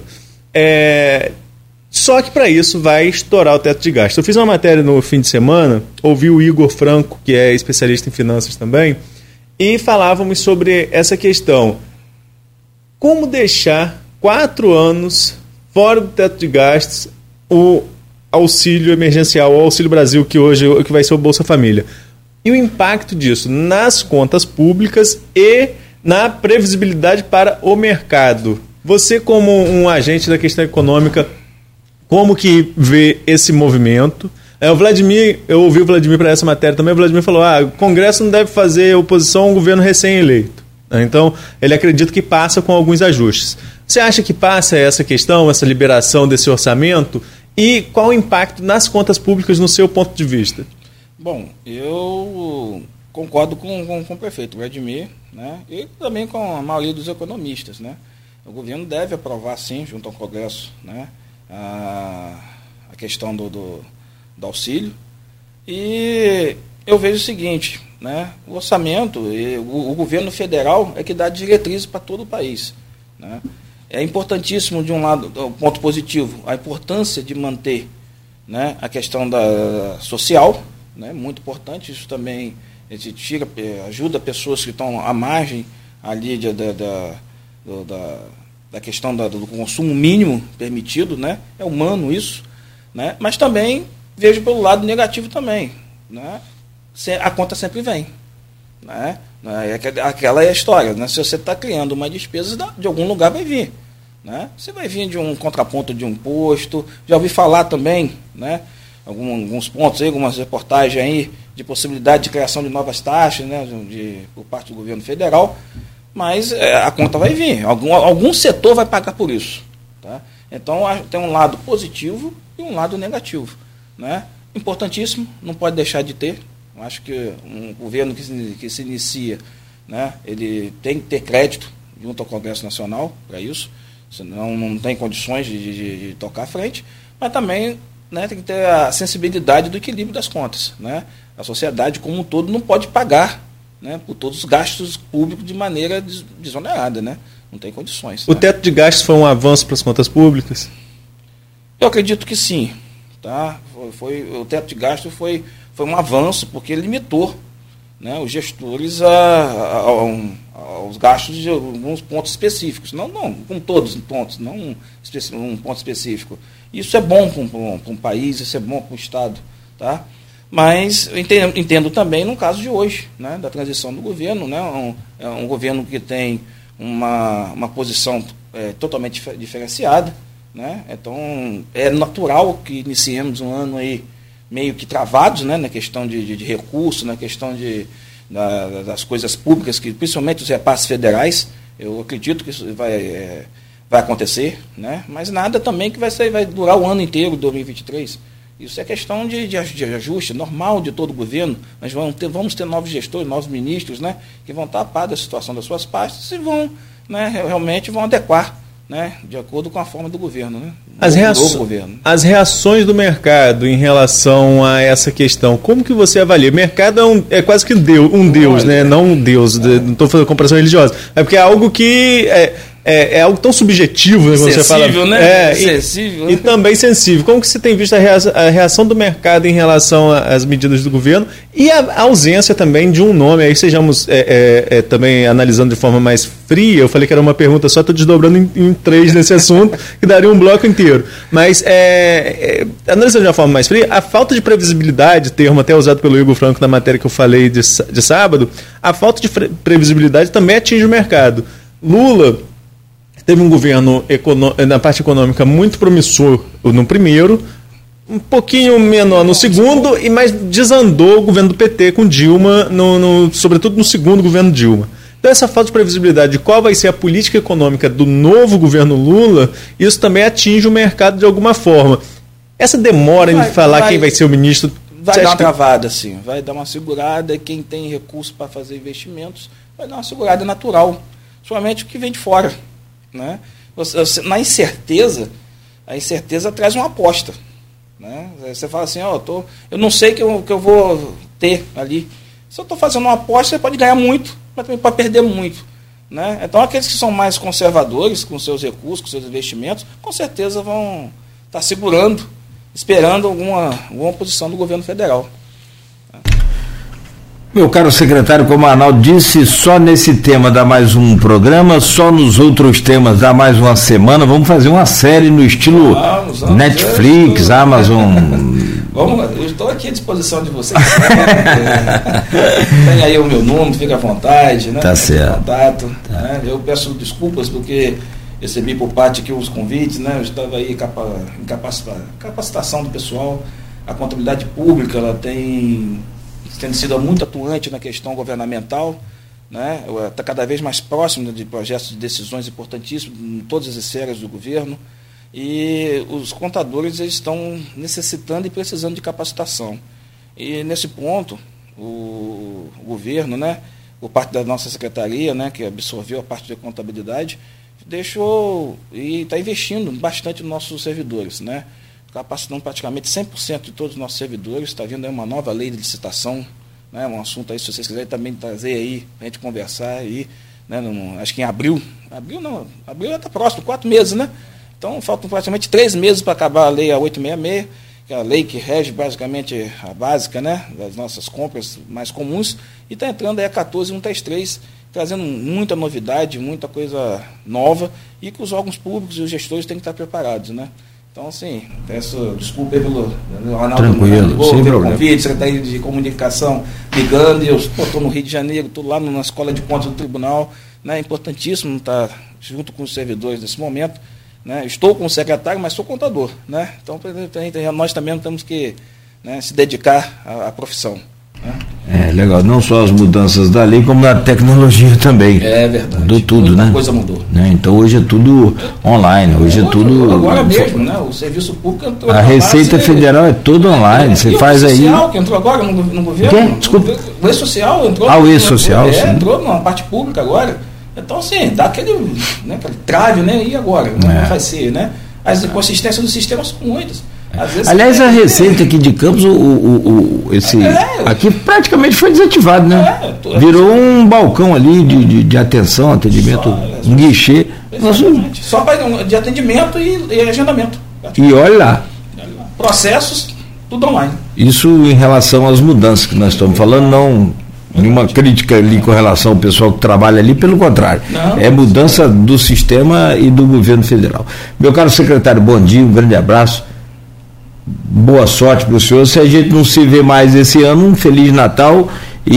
É... Só que para isso vai estourar o teto de gastos. Eu fiz uma matéria no fim de semana, ouvi o Igor Franco, que é especialista em finanças também, e falávamos sobre essa questão. Como deixar quatro anos fora do teto de gastos o auxílio emergencial, o Auxílio Brasil, que hoje que vai ser o Bolsa Família. E o impacto disso nas contas públicas e na previsibilidade para o mercado. Você, como um agente da questão econômica, como que vê esse movimento? É, o Vladimir, eu ouvi o Vladimir para essa matéria também, o Vladimir falou, ah, o Congresso não deve fazer oposição a um governo recém-eleito. Então, ele acredita que passa com alguns ajustes. Você acha que passa essa questão, essa liberação desse orçamento? E qual o impacto nas contas públicas no seu ponto de vista? Bom, eu concordo com, com, com o prefeito Vladimir, né, e também com a maioria dos economistas. Né? O governo deve aprovar, sim, junto ao Congresso, né, a, a questão do, do, do auxílio. E eu vejo o seguinte, né, o orçamento, o, o governo federal é que dá diretrizes para todo o país. Né? É importantíssimo, de um lado, o ponto positivo, a importância de manter, né, a questão da social, né, muito importante. Isso também tira, ajuda pessoas que estão à margem ali de, da, da, da, da questão da, do consumo mínimo permitido, né? É humano isso, né? Mas também vejo pelo lado negativo também, né? A conta sempre vem, né? Aquela é a história, né? Se você está criando uma despesa, de algum lugar vai vir, né? Você vai vir de um contraponto de um imposto. Já ouvi falar também, né? Algum, alguns pontos aí, algumas reportagens aí de possibilidade de criação de novas taxas, né? De, por parte do governo federal, mas é, a conta vai vir, algum, algum setor vai pagar por isso, tá? Então tem um lado positivo e um lado negativo, né? Importantíssimo, não pode deixar de ter. Eu acho que um governo que se, que se inicia, né? Ele tem que ter crédito junto ao Congresso Nacional para isso, senão não tem condições de, de, de tocar à frente, mas também, né, tem que ter a sensibilidade do equilíbrio das contas, né? A sociedade como um todo não pode pagar, né, por todos os gastos públicos de maneira des- desonerada, né? Não tem condições. O né? teto de gastos foi um avanço para as contas públicas? Eu acredito que sim. Tá? Foi, foi, o teto de gasto foi, foi um avanço, porque limitou, né, os gestores a, a, a, um, aos gastos de alguns pontos específicos. Não, não com todos os pontos, não um, um ponto específico. Isso é bom para um, um país, isso é bom para o Estado. Tá? Mas eu entendo, entendo também no caso de hoje, né, da transição do governo, né, um, é um governo que tem uma, uma posição é, totalmente dif- diferenciada. Né? Então, é natural que iniciemos um ano aí meio que travados, né, na questão de, de, de recursos, na questão de, da, das coisas públicas, que, principalmente os repasses federais. Eu acredito que isso vai, é, vai acontecer, né? Mas nada também que vai, ser, vai durar o ano inteiro de dois mil e vinte e três. Isso é questão de, de, de ajuste normal de todo o governo. Nós vamos ter, vamos ter novos gestores, novos ministros, né, que vão estar a par da situação das suas pastas e vão, né, realmente vão adequar, né, de acordo com a forma do governo, né? As, do reaço- novo governo. as reações do mercado em relação a essa questão, como que você avalia? O mercado é, um, é quase que um deus, um deus, né? Não um deus, de, não estou fazendo comparação religiosa, é porque é algo que é, é, é algo tão subjetivo, né, quando você fala, Sensível, né? É, Sensível, e, e né? também sensível. Como que você tem visto a reação, a reação do mercado em relação às medidas do governo e a ausência também de um nome? Aí sejamos é, é, é, também analisando de forma mais fria. Eu falei que era uma pergunta só, estou desdobrando em, em três nesse assunto, que daria um bloco inteiro. Mas, é, é, analisando de uma forma mais fria, a falta de previsibilidade, termo até usado pelo Igor Franco na matéria que eu falei de, de sábado, a falta de fre- previsibilidade também atinge o mercado. Lula teve um governo econo- na parte econômica muito promissor no primeiro, um pouquinho menor no segundo, e mais desandou o governo do P T com Dilma, no, no, sobretudo no segundo governo Dilma. Então, essa falta de previsibilidade de qual vai ser a política econômica do novo governo Lula, isso também atinge o mercado de alguma forma. Essa demora Vai, em falar vai, quem vai ser o ministro... Vai você dar acha uma que- travada, sim. Vai dar uma segurada. E quem tem recurso para fazer investimentos vai dar uma segurada natural. Somente o que vem de fora. Né? Você, você- na incerteza, a incerteza traz uma aposta. Né? Você fala assim, ó, eu, tô, eu não sei o que eu, que eu vou ter ali. Se eu estou fazendo uma aposta, você pode ganhar muito, mas também pode perder muito. Né? Então, aqueles que são mais conservadores com seus recursos, com seus investimentos, com certeza vão estar segurando, esperando alguma, alguma posição do governo federal. Meu caro secretário, como a Arnaldo disse, só nesse tema dá mais um programa, só nos outros temas dá mais uma semana. Vamos fazer uma série no estilo Vamos, vamos, Netflix, estou... Amazon. Vamos, eu estou aqui à disposição de vocês. Tem aí o meu número, fica à vontade, né? Tá certo. Contato, tá. Né? Eu peço desculpas porque recebi por parte aqui os convites, né? Eu estava aí capa, em capacita, capacitação do pessoal. A contabilidade pública, ela tem, tem sido muito atuante na questão governamental, né? Está cada vez mais próximo de projetos de decisões importantíssimos em todas as esferas do governo. E os contadores eles estão necessitando e precisando de capacitação. E nesse ponto, o, o governo, né, por parte da nossa secretaria, né, que absorveu a parte de contabilidade, deixou e está investindo bastante nos nossos servidores, né, capacitando praticamente cem por cento de todos os nossos servidores. Está vindo aí uma nova lei de licitação, né, um assunto aí, se vocês quiserem também trazer aí, para a gente conversar aí, né, no, acho que em abril, abril não, abril já está próximo, quatro meses, né? Então, faltam praticamente três meses para acabar a lei A oitocentos e sessenta e seis, que é a lei que rege basicamente a básica, né, das nossas compras mais comuns, e está entrando aí a quatorze mil cento e trinta e três, trazendo muita novidade, muita coisa nova, e que os órgãos públicos e os gestores têm que estar preparados, né? Então, assim, peço desculpa aí pelo Arnaldo. Tranquilo, ligou, sem teve problema. convite, secretaria de comunicação ligando, e eu estou no Rio de Janeiro, estou lá na Escola de Contas do Tribunal, né? É importantíssimo estar junto com os servidores nesse momento. Né? Estou como secretário, mas sou contador. Né? Então, nós também temos que, né, se dedicar à, à profissão. Né? É legal, não só as mudanças da lei, como na tecnologia também. É verdade. Mudou tudo, Muita né? coisa mudou. Né? Então hoje é tudo online, hoje é tudo... Agora mesmo, né? O serviço público entrou... A Receita Federal é tudo online, você faz aí... O e-social que entrou agora no, no governo... Quê? Desculpa. O e-social entrou... Ah, o e-social, sim. É, entrou na parte pública agora. Então, assim, dá aquele, né, aquele trave, né? E agora? Como é. vai ser, né? As inconsistências do sistema são muitas. Às vezes, aliás, é, a Receita aqui de Campos, o, o, o, esse, é, aqui praticamente foi desativado, né? É, tô, virou um balcão ali de, de, de atenção, atendimento, só, um guichê. Só para, de atendimento e, e agendamento. E olha lá. Processos, tudo online. Isso em relação às mudanças que nós estamos falando, não nenhuma crítica ali com relação ao pessoal que trabalha ali, pelo contrário. Não, é mudança do sistema e do governo federal. Meu caro secretário, bom dia, um grande abraço. Boa sorte para o senhor. Se a gente não se vê mais esse ano, um Feliz Natal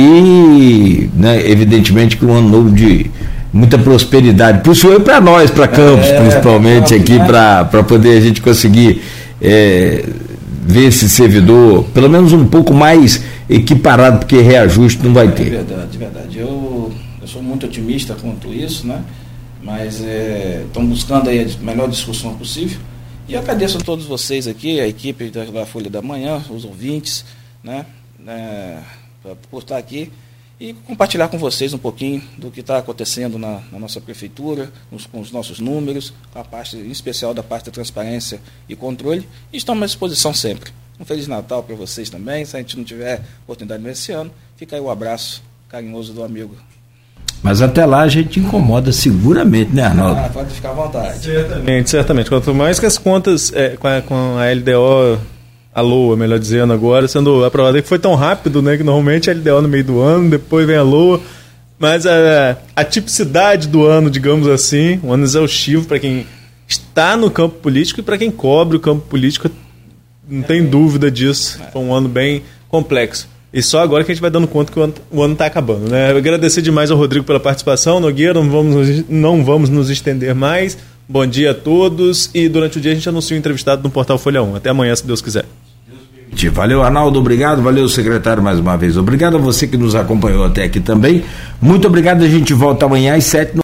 e, né, evidentemente, que um ano novo de muita prosperidade para o senhor e para nós, para Campos, é, principalmente, é, aqui, né? para poder a gente conseguir é, ver esse servidor, pelo menos um pouco mais equiparado, porque reajuste não vai ter. É verdade, é verdade. Eu, eu sou muito otimista quanto isso, né? Mas estão é, buscando aí a melhor discussão possível. E eu agradeço a todos vocês aqui, a equipe da, da Folha da Manhã, os ouvintes, né, é, por estar aqui e compartilhar com vocês um pouquinho do que está acontecendo na, na nossa prefeitura, nos, com os nossos números, com a parte, em especial da parte da transparência e controle, e estamos à disposição sempre. Um Feliz Natal para vocês também. Se a gente não tiver oportunidade nesse ano, fica aí o abraço carinhoso do amigo. Mas até lá a gente incomoda seguramente, né, Arnaldo? Ah, pode ficar à vontade. Certamente, certamente. Quanto mais que as contas é, com, a, com a L D O, a LOA, melhor dizendo agora, sendo aprovada, que foi tão rápido, né, que normalmente a L D O no meio do ano, depois vem a LOA, mas a, a tipicidade do ano, digamos assim, um ano exaustivo para quem está no campo político e para quem cobre o campo político, não tem dúvida disso. Foi um ano bem complexo. E só agora que a gente vai dando conta que o ano está acabando, né? Agradecer demais ao Rodrigo pela participação. Nogueira, não vamos, não vamos nos estender mais. Bom dia a todos. E durante o dia a gente anuncia o entrevistado no Portal Folha um. Até amanhã, se Deus quiser. Valeu, Arnaldo, obrigado. Valeu, secretário, mais uma vez. Obrigado a você que nos acompanhou até aqui também. Muito obrigado. A gente volta amanhã às sete.